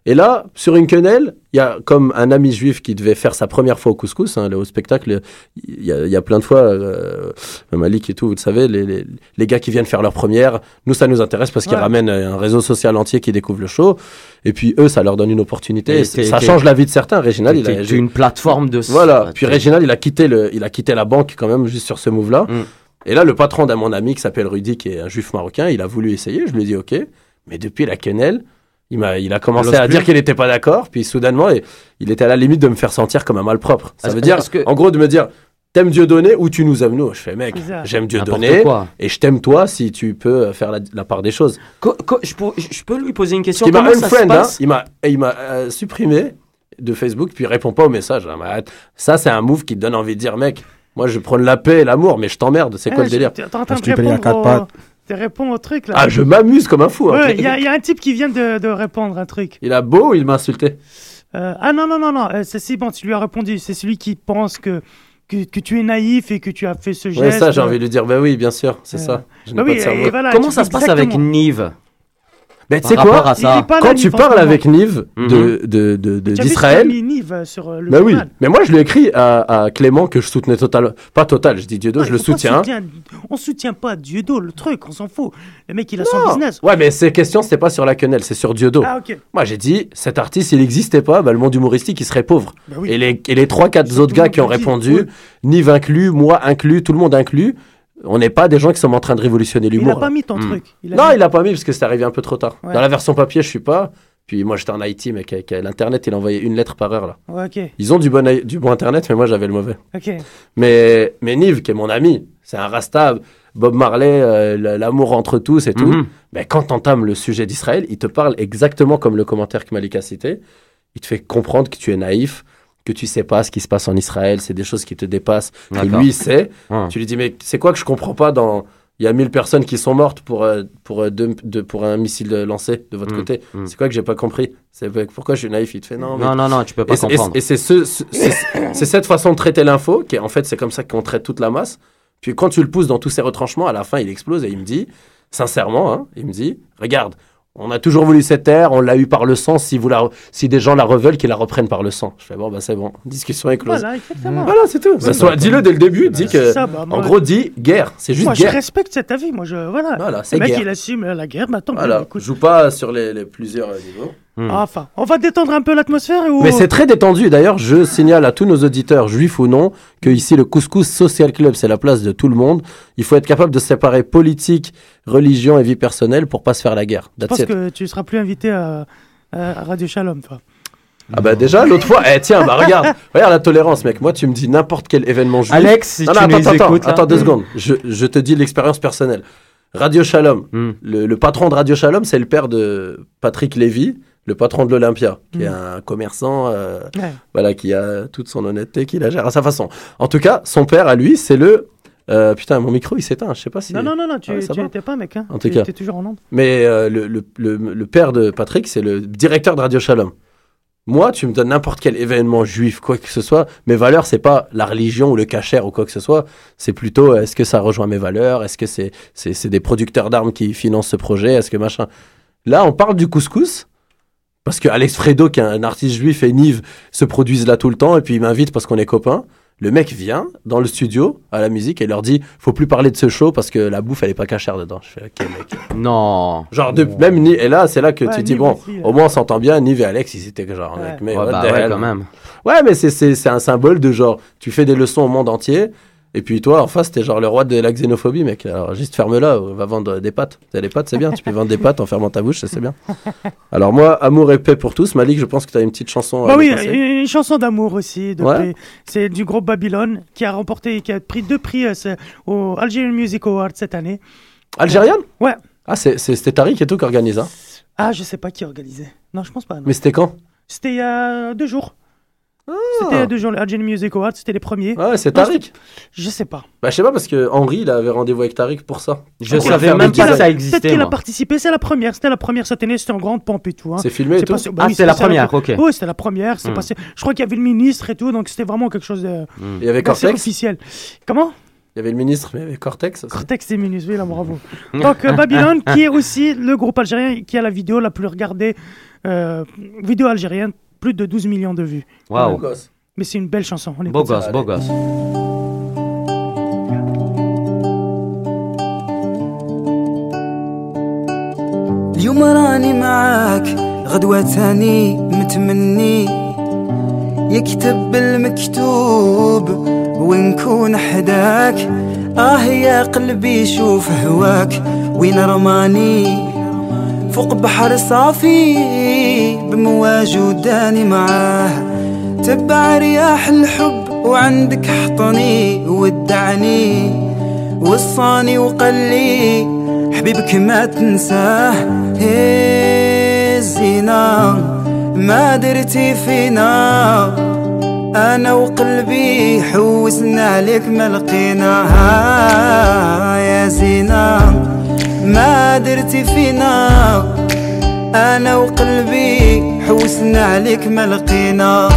Et là, sur une quenelle, il y a comme un ami juif qui devait faire sa première fois au couscous, hein, au spectacle. Il y, a, il y a plein de fois, euh, Malik et tout, vous le savez, les, les, les gars qui viennent faire leur première, nous, ça nous intéresse parce qu'ils ouais. ramènent un réseau social entier qui découvre le show. Et puis eux, ça leur donne une opportunité. Et et ça change la vie de certains. Réginald, il a j'ai une plateforme de. Voilà. Puis Réginald, il a quitté le, il a quitté la banque quand même juste sur ce move-là. Mm. Et là, le patron d'un mon ami qui s'appelle Rudy, qui est un juif marocain, il a voulu essayer. Je lui ai dit OK, mais depuis la quenelle. Il, m'a, il a commencé à dire qu'il n'était pas d'accord, puis soudainement, il, il était à la limite de me faire sentir comme un malpropre. Ça veut dire, que... en gros, de me dire, t'aimes Dieudonné ou tu nous aimes nous. Je fais, mec, j'aime Dieudonné et je t'aime toi si tu peux faire la, la part des choses. Co- co- je, peux, je peux lui poser une question. Il m'a unfriend, hein, il m'a, il m'a euh, supprimé de Facebook, puis il répond pas aux messages. Hein, ça, c'est un move qui te donne envie de dire, mec, moi, je prends la paix et l'amour, mais je t'emmerde. C'est eh, quoi le délire? T'es en train de répondre Tu réponds au truc là. Ah, je m'amuse comme un fou. Il ouais, y, y a un type qui vient de, de répondre un truc. Il a beau ou il m'a insulté euh, Ah non, non, non, non. Euh, c'est si bon, tu lui as répondu. C'est celui qui pense que, que, que tu es naïf et que tu as fait ce geste. Oui, ça, j'ai envie de lui dire, bah oui, bien sûr, c'est euh... ça. Je n'ai bah pas oui, de cerveau. Voilà, comment ça se passe avec Nive? Ben, tu sais quoi, quand tu parles avec Nive de, mm-hmm. de, de, de, d'Israël. Nive sur le ben oui, mais moi je lui ai écrit à, à Clément que je soutenais total. Pas total, je dis Dieudo, ouais, je le soutiens. Soutient, on soutient pas Dieudo, le truc, on s'en fout. Le mec il a non. son business. Ouais, mais ces questions c'était pas sur la quenelle, c'est sur Dieudo. Ah, ok. Moi j'ai dit, cet artiste il n'existait pas, ben, le monde humoristique il serait pauvre. Ben oui. Et les, et les trois quatre autres gars qui ont répondu, oui. Nive inclus, moi inclus, tout le monde inclus. On n'est pas des gens qui sont en train de révolutionner l'humour. Il n'a pas mis ton mmh. truc. Il non, mis... il n'a pas mis parce que c'est arrivé un peu trop tard. Ouais. Dans la version papier, je suis pas. Puis moi, j'étais en Haïti, mais avec l'internet, il envoyait une lettre par heure là. Ouais, okay. Ils ont du bon, du bon internet, mais moi, j'avais le mauvais. Okay. Mais, mais Nive, qui est mon ami, c'est un rasta, Bob Marley, euh, l'amour entre tous et tout. Mmh. Mais quand t'entames le sujet d'Israël, il te parle exactement comme le commentaire que Malik a cité. Il te fait comprendre que tu es naïf, que tu sais pas ce qui se passe en Israël, c'est des choses qui te dépassent, D'accord. que lui sait. Hum. Tu lui dis, mais c'est quoi que je comprends pas dans... Il y a mille personnes qui sont mortes pour, euh, pour, euh, de, de, pour un missile lancé de votre hum. côté. Hum. C'est quoi que j'ai pas compris? C'est pourquoi je suis naïf? Il te fait non. Mais... Non, non, non, tu peux pas et comprendre. Et, et c'est, ce, ce, c'est, c'est cette façon de traiter l'info, qui est, en fait, c'est comme ça qu'on traite toute la masse. Puis quand tu le pousses dans tous ses retranchements, à la fin, il explose et il me dit, sincèrement, hein, il me dit, regarde, on a toujours voulu cette terre, on l'a eu par le sang. Si, vous la, si des gens la reveulent, qu'ils la reprennent par le sang. Je fais bon, bah c'est bon. Discussion est close. Voilà, exactement. Voilà, c'est tout. Bah, soit, dis-le dès le début. Dis que, ça, bah, moi, en gros, dis guerre. C'est juste moi, guerre. Moi, je respecte cet avis. Moi, je voilà. Voilà, c'est le mec, guerre. il assume la guerre. Maintenant, voilà. Écoute. Joue pas sur les, les plusieurs niveaux. Hmm. Enfin, on va détendre un peu l'atmosphère. Ou... Mais c'est très détendu. D'ailleurs, je signale à tous nos auditeurs, juifs ou non, que ici, le Couscous Social Club, c'est la place de tout le monde. Il faut être capable de séparer politique, religion et vie personnelle pour pas se faire la guerre. Je pense que tu seras plus invité à, à Radio Shalom, toi. Ah bah déjà, l'autre fois, eh tiens, bah regarde, regarde la tolérance, mec. Moi, tu me dis n'importe quel événement juif. Alex, si non, tu non, nous attends, écoutes, attends, attends deux secondes. Je, je te dis l'expérience personnelle. Radio Shalom, mm. le, le patron de Radio Shalom, c'est le père de Patrick Lévy, le patron de l'Olympia, qui mmh. est un commerçant, euh, ouais. voilà, qui a toute son honnêteté, qui la gère à sa façon. En tout cas, son père, à lui, c'est le... Euh, putain, mon micro, il s'éteint, je sais pas si... Non, non, non, non tu ah, ouais, n'étais pas, mec. Hein. En tout tu cas. étais toujours en onde. Mais euh, le, le, le, le père de Patrick, c'est le directeur de Radio Shalom. Moi, tu me donnes n'importe quel événement juif, quoi que ce soit, mes valeurs, c'est pas la religion ou le kasher ou quoi que ce soit, c'est plutôt, est-ce que ça rejoint mes valeurs, est-ce que c'est, c'est, c'est des producteurs d'armes qui financent ce projet, est-ce que machin... Là, on parle du couscous, parce que Alex Fredo, qui est un artiste juif, et Nive se produisent là tout le temps, et puis il m'invite parce qu'on est copains. Le mec vient dans le studio à la musique et leur dit faut plus parler de ce show parce que la bouffe elle est pas cachère dedans. Je fais ok mec. Non. Genre de, non. même et là c'est là que ouais, tu Nive dis bon aussi, au moins on s'entend bien. Nive et Alex ils étaient genre ouais. mec, mais ouais, bah, ouais, quand même. Ouais mais c'est c'est c'est un symbole de genre tu fais des leçons au monde entier. Et puis toi, en face, t'es genre le roi de la xénophobie, mec. Alors juste ferme-la, va vendre des pâtes. T'as des pâtes, c'est bien. Tu peux vendre des pâtes en fermant ta bouche, ça c'est bien. Alors moi, amour et paix pour tous. Malik, je pense que t'as une petite chanson. Bah oui, une, une chanson d'amour aussi. De ouais. C'est du groupe Babylone qui a remporté, qui a pris deux prix euh, au Algerian Music Award cette année. Algérienne ? Ouais. Ah, c'est, c'est, c'était Tariq et tout qui organise, hein ? Ah, je sais pas qui organisait. Non, je pense pas. Non. Mais c'était quand ? C'était il y a deux jours. Ah. C'était il y a deux jours, le Algerian Music Awards, c'était les premiers. Ouais, c'est Tariq. Je sais pas. Bah, je sais pas parce que Henri, il avait rendez-vous avec Tariq pour ça. Je savais même pas que ça existait. Peut-être qu'il a participé, c'est la première. C'était la première cette année, c'était en grande pompe et tout. Hein. C'est filmé et tout. Passé... Bah, ah, oui, c'était la première, la... ok. Oui, c'était la première. C'est mm. passé... Je crois qu'il y avait le ministre et tout, donc c'était vraiment quelque chose de. Il y avait Cortex officiel. Comment ? Il y avait le ministre, mais il y avait Cortex aussi. Cortex et Minus, oui, là, bravo. Donc, euh, Babylone, qui est aussi le groupe algérien qui a la vidéo la plus regardée, euh, vidéo algérienne, plus de douze millions de vues. Waouh. Mais c'est une belle chanson. On Beau écoute ça. gosse, beau gosse. اليوم راني معاك غدوة تاني متمني يكتب المكتوب ونكون حداك آه يا قلبي شوف هواك وين رماني فوق بحر صافي بمواج وداني معاه تبع رياح الحب وعندك حطني ودعني وصاني وقلي حبيبك ما تنساه هي الزينة ما درتي فينا أنا وقلبي حوسنا عليك ما لقيناها يا زينة ما درتي فينا أنا وقلبي حوسنا عليك ما لقينا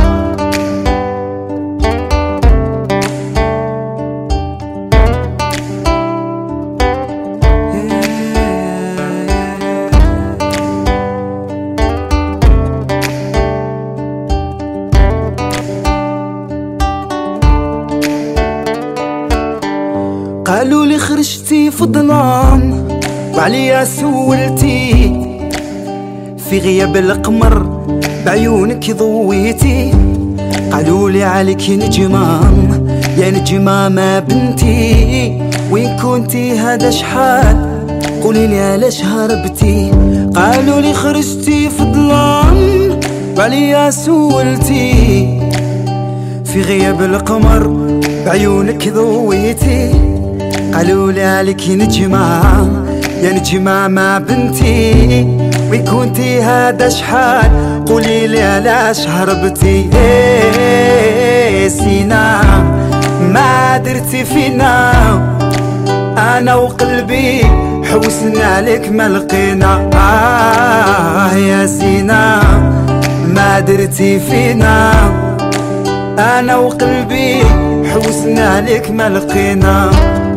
قالوا لي خرجتي في الظلام وعليا سولتي في غياب القمر بعيونك ضويتي قالوا لي عليك نجمة يا نجمة ما بنتي وين كنتي هذا شحال قولي لي علاش هربتي قالوا لي خرجتي في الظلام وعليا سولتي في غياب القمر بعيونك ضويتي قالوا لي عليك نجمة يا نجمة ما بنتي وين كنتي هذا شحال قولي لي علاش هربتي ايه سينا ما درتي فينا انا وقلبي حوسنا عليك ما لقينا آه يا سينا ما درتي فينا انا وقلبي حوسنا عليك ما لقينا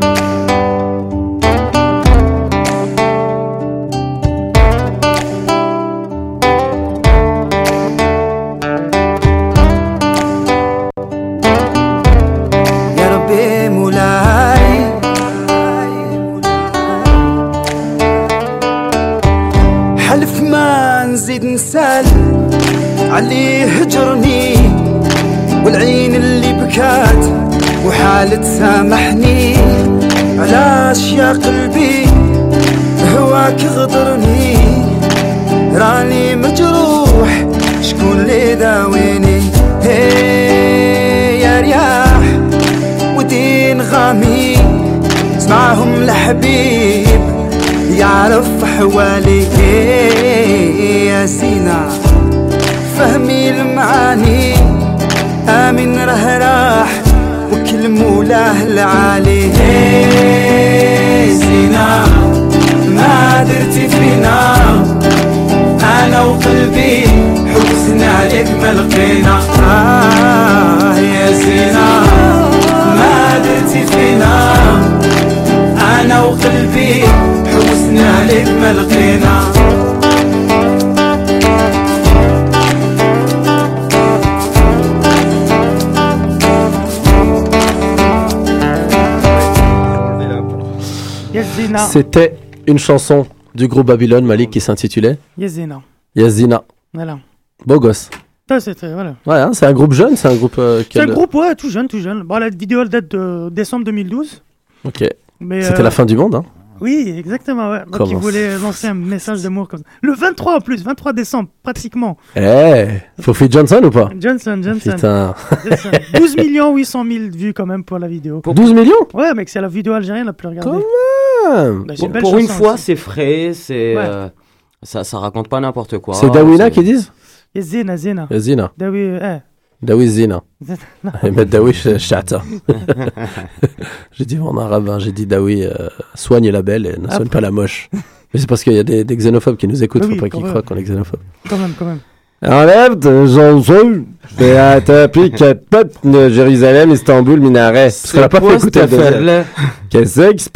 علي هجرني والعين اللي بكات وحالة سامحني علاش يا قلبي هواك غدرني راني مجروح شكون اللي داويني هي يا رياح ودين غامي اسمعهم الحبيب يعرف حوالي يا زينة فهمي المعاني آمن راه راح وكل مولاه العالي زينة ما درتي فينا أنا وقلبي حوسنا عليك ما لقينا آه يا زينة ما درتي فينا أنا وقلبي حوسنا عليك ما لقينا C'était une chanson du groupe Babylone, Malik, qui s'intitulait Yazina. Yazina. Voilà. Beau gosse. Ça, c'était, voilà. Ouais, hein, c'est un groupe jeune, c'est un groupe. Euh, c'est un le... groupe, ouais, tout jeune, tout jeune. Bon, la vidéo elle date de décembre deux mille douze. Ok. Mais c'était euh... la fin du monde, hein. Oui, exactement, ouais. Donc, ils voulaient lancer un message d'amour comme ça. Le vingt-trois en plus, vingt-trois décembre, pratiquement. Eh, hey, faut faire Johnson ou pas? Johnson, Johnson. Putain. Johnson. douze millions huit cent mille vues quand même pour la vidéo. Pour douze millions? Ouais, mec, c'est la vidéo algérienne la plus regardée. Quand même. Bah, pour une, pour une fois, aussi. C'est frais, c'est, ouais. euh, ça, ça raconte pas n'importe quoi. C'est Dawina qui disent? Zina, Zina. Zina. Dawi, eh. Dawi Zina. Mais Dawi Chata. J'ai dit en arabe, hein, j'ai dit Dawi euh, soigne la belle et ne soigne pas la moche. Mais c'est parce qu'il y a des, des xénophobes qui nous écoutent, oui, faut pas qu'ils croient qu'on est xénophobe. Quand même, quand même. Enlève de Jésus. C'est un tapis quatre pattes de Jérusalem, Istanbul, Minaret. Parce qu'on n'a pas fait écouter le deuxième. Qu'est-ce qui se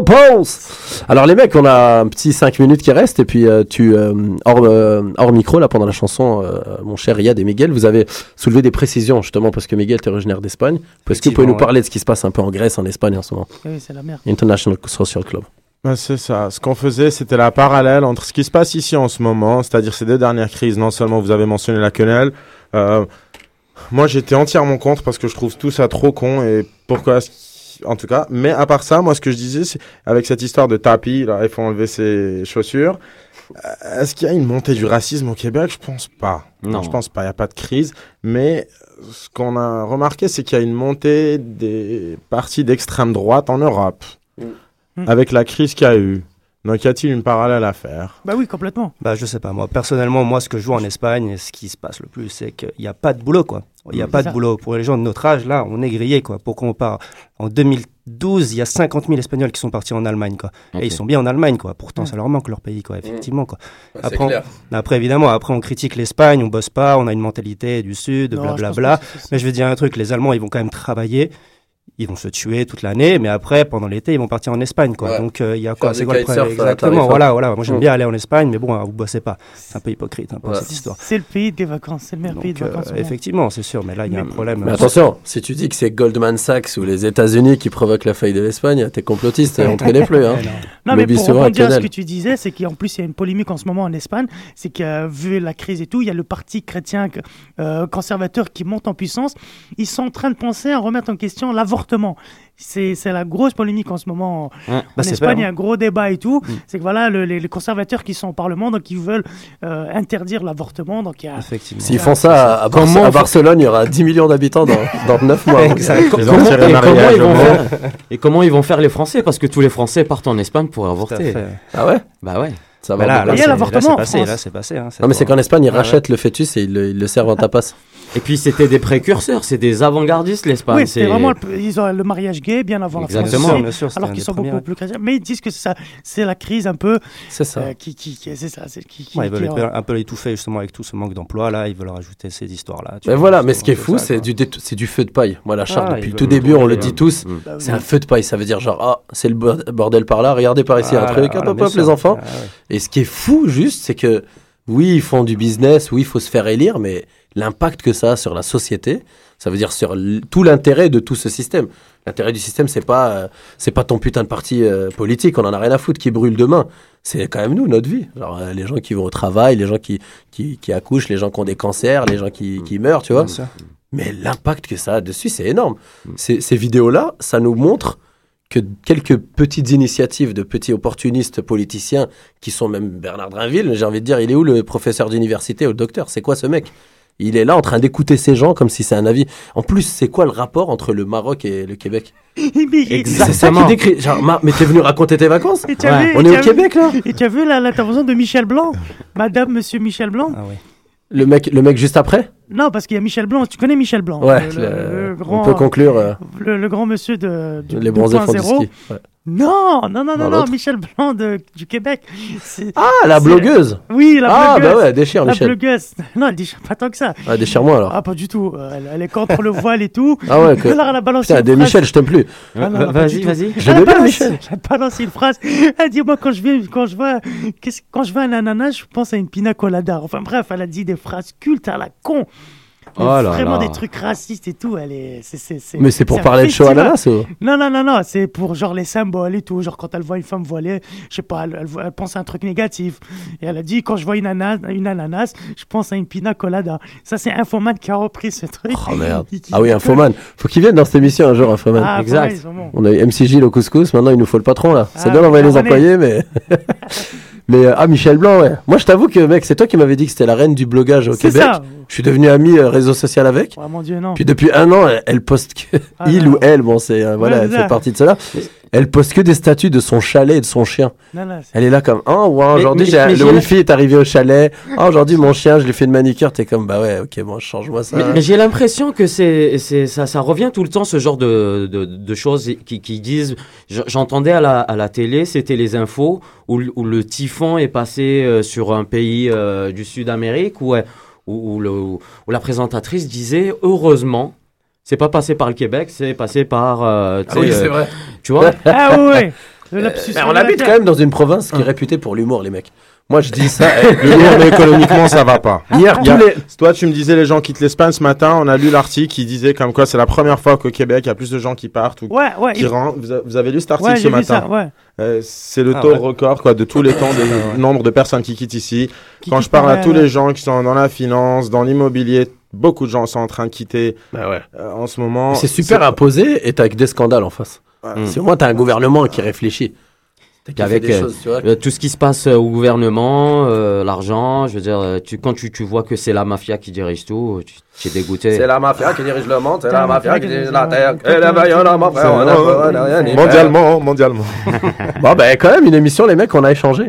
passe? Alors les mecs, on a un petit cinq minutes qui reste et puis euh, tu euh, hors, euh, hors micro là pendant la chanson, euh, mon cher Riyad et Miguel, vous avez soulevé des précisions justement parce que Miguel est originaire d'Espagne. Est-ce que vous pouvez nous parler de ce qui se passe un peu en Grèce, en Espagne en ce moment? Oui, c'est la merde. International Social Club. Ben c'est ça. Ce qu'on faisait, c'était la parallèle entre ce qui se passe ici en ce moment, c'est-à-dire ces deux dernières crises. Non seulement vous avez mentionné la quenelle, euh, moi j'étais entièrement contre parce que je trouve tout ça trop con et pourquoi, en tout cas. Mais à part ça, moi ce que je disais, c'est avec cette histoire de tapis, là, il faut enlever ses chaussures. Est-ce qu'il y a une montée du racisme au Québec? Je pense pas. Non. Je pense pas. Il n'y a pas de crise. Mais ce qu'on a remarqué, c'est qu'il y a une montée des partis d'extrême droite en Europe. Mm. Avec la crise qu'il y a eu. Donc, y a-t-il une parallèle à faire? Bah oui, complètement. Bah, je sais pas. Moi, personnellement, moi, ce que je vois en Espagne, ce qui se passe le plus, c'est qu'il n'y a pas de boulot, quoi. Il n'y a mmh, pas de ça. boulot. Pour les gens de notre âge, là, on est grillés, quoi. Pourquoi on part? En deux mille douze, il y a cinquante mille Espagnols qui sont partis en Allemagne, quoi. Okay. Et ils sont bien en Allemagne, quoi. Pourtant, mmh. ça leur manque leur pays, quoi. Effectivement, quoi. Bah, après, on, après, évidemment, après, on critique l'Espagne, on bosse pas, on a une mentalité du Sud, blablabla. Mais je veux dire un truc, les Allemands, ils vont quand même travailler. Ils vont se tuer toute l'année, mais après, pendant l'été, ils vont partir en Espagne, quoi. Ouais. Donc, il euh, y a quoi? C'est quoi le problème? Exactement, voilà, voilà. Moi, j'aime mmh. bien aller en Espagne, mais bon, vous bossez pas. C'est un peu hypocrite, un peu, ouais. cette histoire. C'est le pays des vacances, c'est le meilleur Donc, pays des vacances. Euh, effectivement, c'est sûr, mais là, il y a mais, un problème. Mais attention, si tu dis que c'est Goldman Sachs ou les États-Unis qui provoquent la faillite de l'Espagne, t'es complotiste, on te connaît plus, hein. Non, mais pour rebondir à ce que tu disais, c'est qu'en plus, il y a une polémique en ce moment en Espagne, c'est que, vu la crise et tout, il y a le parti chrétien euh, conservateur qui monte en puissance. Ils sont en train de penser à remettre en question l'avortement. C'est, c'est la grosse polémique en ce moment. Ouais, en bah Espagne, il y a un gros débat et tout. Mmh. C'est que voilà, le, les, les conservateurs qui sont au Parlement, donc ils veulent euh, interdire l'avortement. Donc il y a, Effectivement. S'ils font ça à, à, Bar- à Barcelone, il y aura dix millions d'habitants dans, dans neuf mois. Exactement. Comment, et, comment ils vont faire, et comment ils vont faire les Français? Parce que tous les Français partent en Espagne pour avorter. Ah ouais? Bah ouais. Ça va là, là, il y a l'avortement. Là, c'est passé. Là, c'est passé hein, non, mais c'est qu'en Espagne, ils rachètent le fœtus et ils le, ils le servent en tapas. Et puis, c'était des précurseurs, c'est des avant-gardistes, l'Espagne. Oui, c'était vraiment le, ils ont le mariage gay bien avant Exactement. la France. Bien sûr, alors qu'ils sont beaucoup ouais. plus chrétiens. Mais ils disent que c'est, ça, c'est la crise un peu. C'est ça. Euh, qui, qui, qui, c'est ça. C'est, qui, ouais, qui, ils veulent qui, un peu l'étouffer justement avec tout ce manque d'emploi là. Ils veulent rajouter ces histoires-là. Mais voilà, mais ce qui est fou, ça, c'est, du dé- c'est du feu de paille. Moi, la charte, ah, depuis le tout début, on le dit tous, mmh. c'est un feu de paille. Ça veut dire genre, ah, c'est le bordel par là, regardez par ici un truc, hop, hop, hop, les enfants. Et ce qui est fou, juste, c'est que oui, ils font du business, oui, il faut se faire élire, mais l'impact que ça a sur la société, ça veut dire sur l- tout l'intérêt de tout ce système. L'intérêt du système, c'est pas, euh, c'est pas ton putain de parti euh, politique, on en a rien à foutre, qui brûle demain. C'est quand même nous, notre vie. Genre, euh, les gens qui vont au travail, les gens qui, qui, qui accouchent, les gens qui ont des cancers, les gens qui, qui meurent, tu vois. Mais l'impact que ça a dessus, c'est énorme. Ces, ces vidéos-là, ça nous montre que quelques petites initiatives de petits opportunistes politiciens, qui sont même Bernard Drinville, j'ai envie de dire, il est où le professeur d'université ou le docteur? C'est quoi ce mec? Il est là en train d'écouter ces gens comme si c'est un avis. En plus, c'est quoi le rapport entre le Maroc et le Québec? Exactement. C'est ça qui décrit. Genre, ma, mais t'es venu raconter tes vacances? Ouais. Vu, On est au Québec, là? Et tu as vu la, l'intervention de Michel Blanc? Madame, monsieur Michel Blanc? Ah oui. Le mec, le mec juste après? Non, parce qu'il y a Michel Blanc. Tu connais Michel Blanc? Ouais, le, le, le grand, on peut conclure. Euh, le, le grand monsieur de, du les bronzés font du ski. Ouais. Non, non, non, non, non, Michel Blanc de, du Québec. C'est, ah, la c'est... blogueuse. Oui, la ah, blogueuse. Ah, bah ouais, déchire, la Michel. La blogueuse. Non, elle déchire pas tant que ça. Ah, déchire-moi alors. Ah, pas du tout. Elle, elle est contre le voile et tout. Ah ouais, que... alors, elle a balancé. Putain, des Michel, je t'aime plus. Ah, non, non, vas-y, vas-y. Je l'aime bien, Michel. Elle a balancé une phrase. Elle dit, moi, quand je vais, quand je vois, quand je vois un ananas, je pense à une pina colada. Enfin, bref, elle a dit des phrases cultes à la con. Oh là vraiment là. Des trucs racistes et tout. Elle est, c'est, c'est, c'est, mais c'est pour c'est parler de show ananas ou... Non, non, non, non. C'est pour genre les symboles et tout. Genre quand elle voit une femme voilée, je sais pas, elle, elle, elle pense à un truc négatif. Et elle a dit, quand je vois une ananas, une ananas je pense à une pina colada. Ça, c'est Infoman qui a repris ce truc. Oh merde. Ah oui, Infoman. Faut qu'il vienne dans cette émission un jour, Infoman. Ah, exact. Bon. On a eu M C J au couscous. Maintenant, il nous faut le patron là. C'est ah, bien d'envoyer les employés, mais. Mais euh, ah, Michel Blanc, ouais. Moi, je t'avoue que, mec, c'est toi qui m'avais dit que c'était la reine du blogage au c'est Québec. Ça. Je suis devenu ami euh, réseau social avec. Oh mon Dieu, non. Puis depuis un an, elle, elle poste que ah, il non. ou elle, bon, c'est euh, voilà, ouais, elle fait partie de cela. Elle poste que des statuts de son chalet et de son chien. Non, non, elle est là comme, oh, ouais, aujourd'hui, mais, j'ai, mais le j'ai wifi est arrivé au chalet. Oh, aujourd'hui, mon chien, je lui fais une manicure. T'es comme, bah ouais, ok, bon, change-moi ça. Mais, mais j'ai l'impression que c'est, c'est, ça, ça revient tout le temps, ce genre de, de, de choses qui, qui disent, j'entendais à la, à la télé, c'était les infos, où, où le typhon est passé euh, sur un pays euh, du Sud-Amérique, où, où où, où, le, où la présentatrice disait heureusement. C'est pas passé par le Québec, c'est passé par. Euh, Ah oui, euh, c'est vrai. Tu vois. Ah oui. Le lapsus Mais on habite quand même dans une province qui est réputée pour l'humour, les mecs. Moi, je dis ça. L'humour, mais économiquement, ça va pas. Hier, Il y a- tous les- Toi, tu me disais les gens quittent l'Espagne ce matin. On a lu l'article qui disait comme quoi c'est la première fois qu'au Québec, il y a plus de gens qui partent ou Ouais, ouais, qui il- rentrent. Vous, a- vous avez lu cet article Ouais, ce j'ai vu matin ça, ouais. Euh, C'est le Ah, taux ouais. record quoi, de tous les temps, du nombre de personnes qui quittent ici. Qui Quand quittent je parle à par- tous ouais. les gens qui sont dans la finance, dans l'immobilier, beaucoup de gens sont en train de quitter Bah ouais. euh, en ce moment. C'est super imposé et t'as que des scandales en face. Ouais. Si au moins t'as un gouvernement qui réfléchit. T'as qui fait Avec des euh, choses, tu vois. euh, tout ce qui se passe euh, au gouvernement, euh, l'argent, je veux dire, euh, tu, quand tu, tu vois que c'est la mafia qui dirige tout, tu, tu es dégoûté. C'est la mafia qui dirige le monde, c'est la la mafia mafia qui qui dirige dirige la le terre. monde. Et la vaillante mafia, on a- on a rien y faire. Mondialement, mondialement. Bon, ben quand même, une émission, les mecs, on a échangé.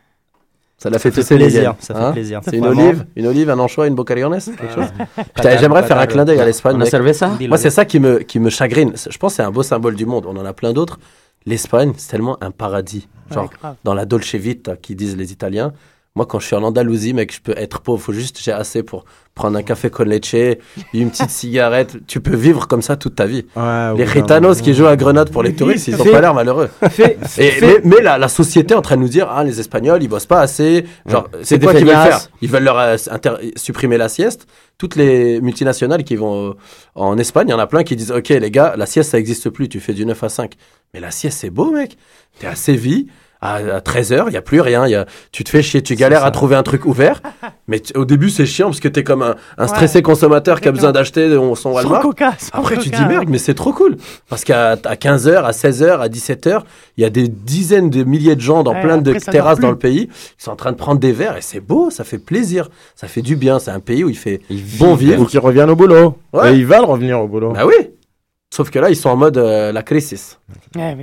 Ça l'a fait Ça fait tousser les plaisir, gaines. ça fait Hein plaisir. C'est une Vraiment. olive, une olive, un anchois, une bocariones, quelque chose. Putain, j'aimerais faire un clin d'œil à l'Espagne. On a mec. servi ça. Moi, c'est ça qui me, qui me chagrine. Je pense que c'est un beau symbole du monde. On en a plein d'autres. L'Espagne, c'est tellement un paradis. Genre, Ouais, grave. dans la Dolce Vita, qui disent les Italiens. Moi, quand je suis en Andalousie, mec, je peux être pauvre. Faut juste, j'ai assez pour prendre un café con leche, une petite cigarette. Tu peux vivre comme ça toute ta vie. Ouais, Les oui, gitanos non. qui jouent à Grenade pour les touristes, ils ont Fais- pas l'air malheureux. Fais- Et- fais- mais mais la, la société est en train de nous dire, ah, les Espagnols, ils bossent pas assez. Genre, Ouais. c'est C'est quoi des qu'ils veulent feignasses. faire? Ils veulent leur euh, inter- supprimer la sieste. Toutes les multinationales qui vont euh, en Espagne, il y en a plein qui disent, ok, les gars, la sieste, ça existe plus. Tu fais du neuf à cinq. Mais la sieste, c'est beau, mec. T'es à Séville. À, à treize heures, il n'y a plus rien. Y a, tu te fais chier, tu galères à trouver un truc ouvert. Mais tu- au début, c'est chiant parce que t'es comme un, un stressé Ouais. consommateur qui a besoin d'acheter son Sans Walmart. coca, sans Après, tu te coca, dis merde, mais c'est trop cool. Parce qu'à à quinze heures, à seize heures, à dix-sept heures, il y a des dizaines de milliers de gens dans Ouais, plein de après, ça terrasses dort dans plus. le pays qui sont en train de prendre des verres et c'est beau, ça fait plaisir, ça fait du bien. C'est un pays où il fait Ils bon vivent. vivre. Ou qui reviennent au boulot. Ouais. Et ils veulent revenir au boulot. Bah oui. Sauf que là, ils sont en mode euh, la crisis. Ouais,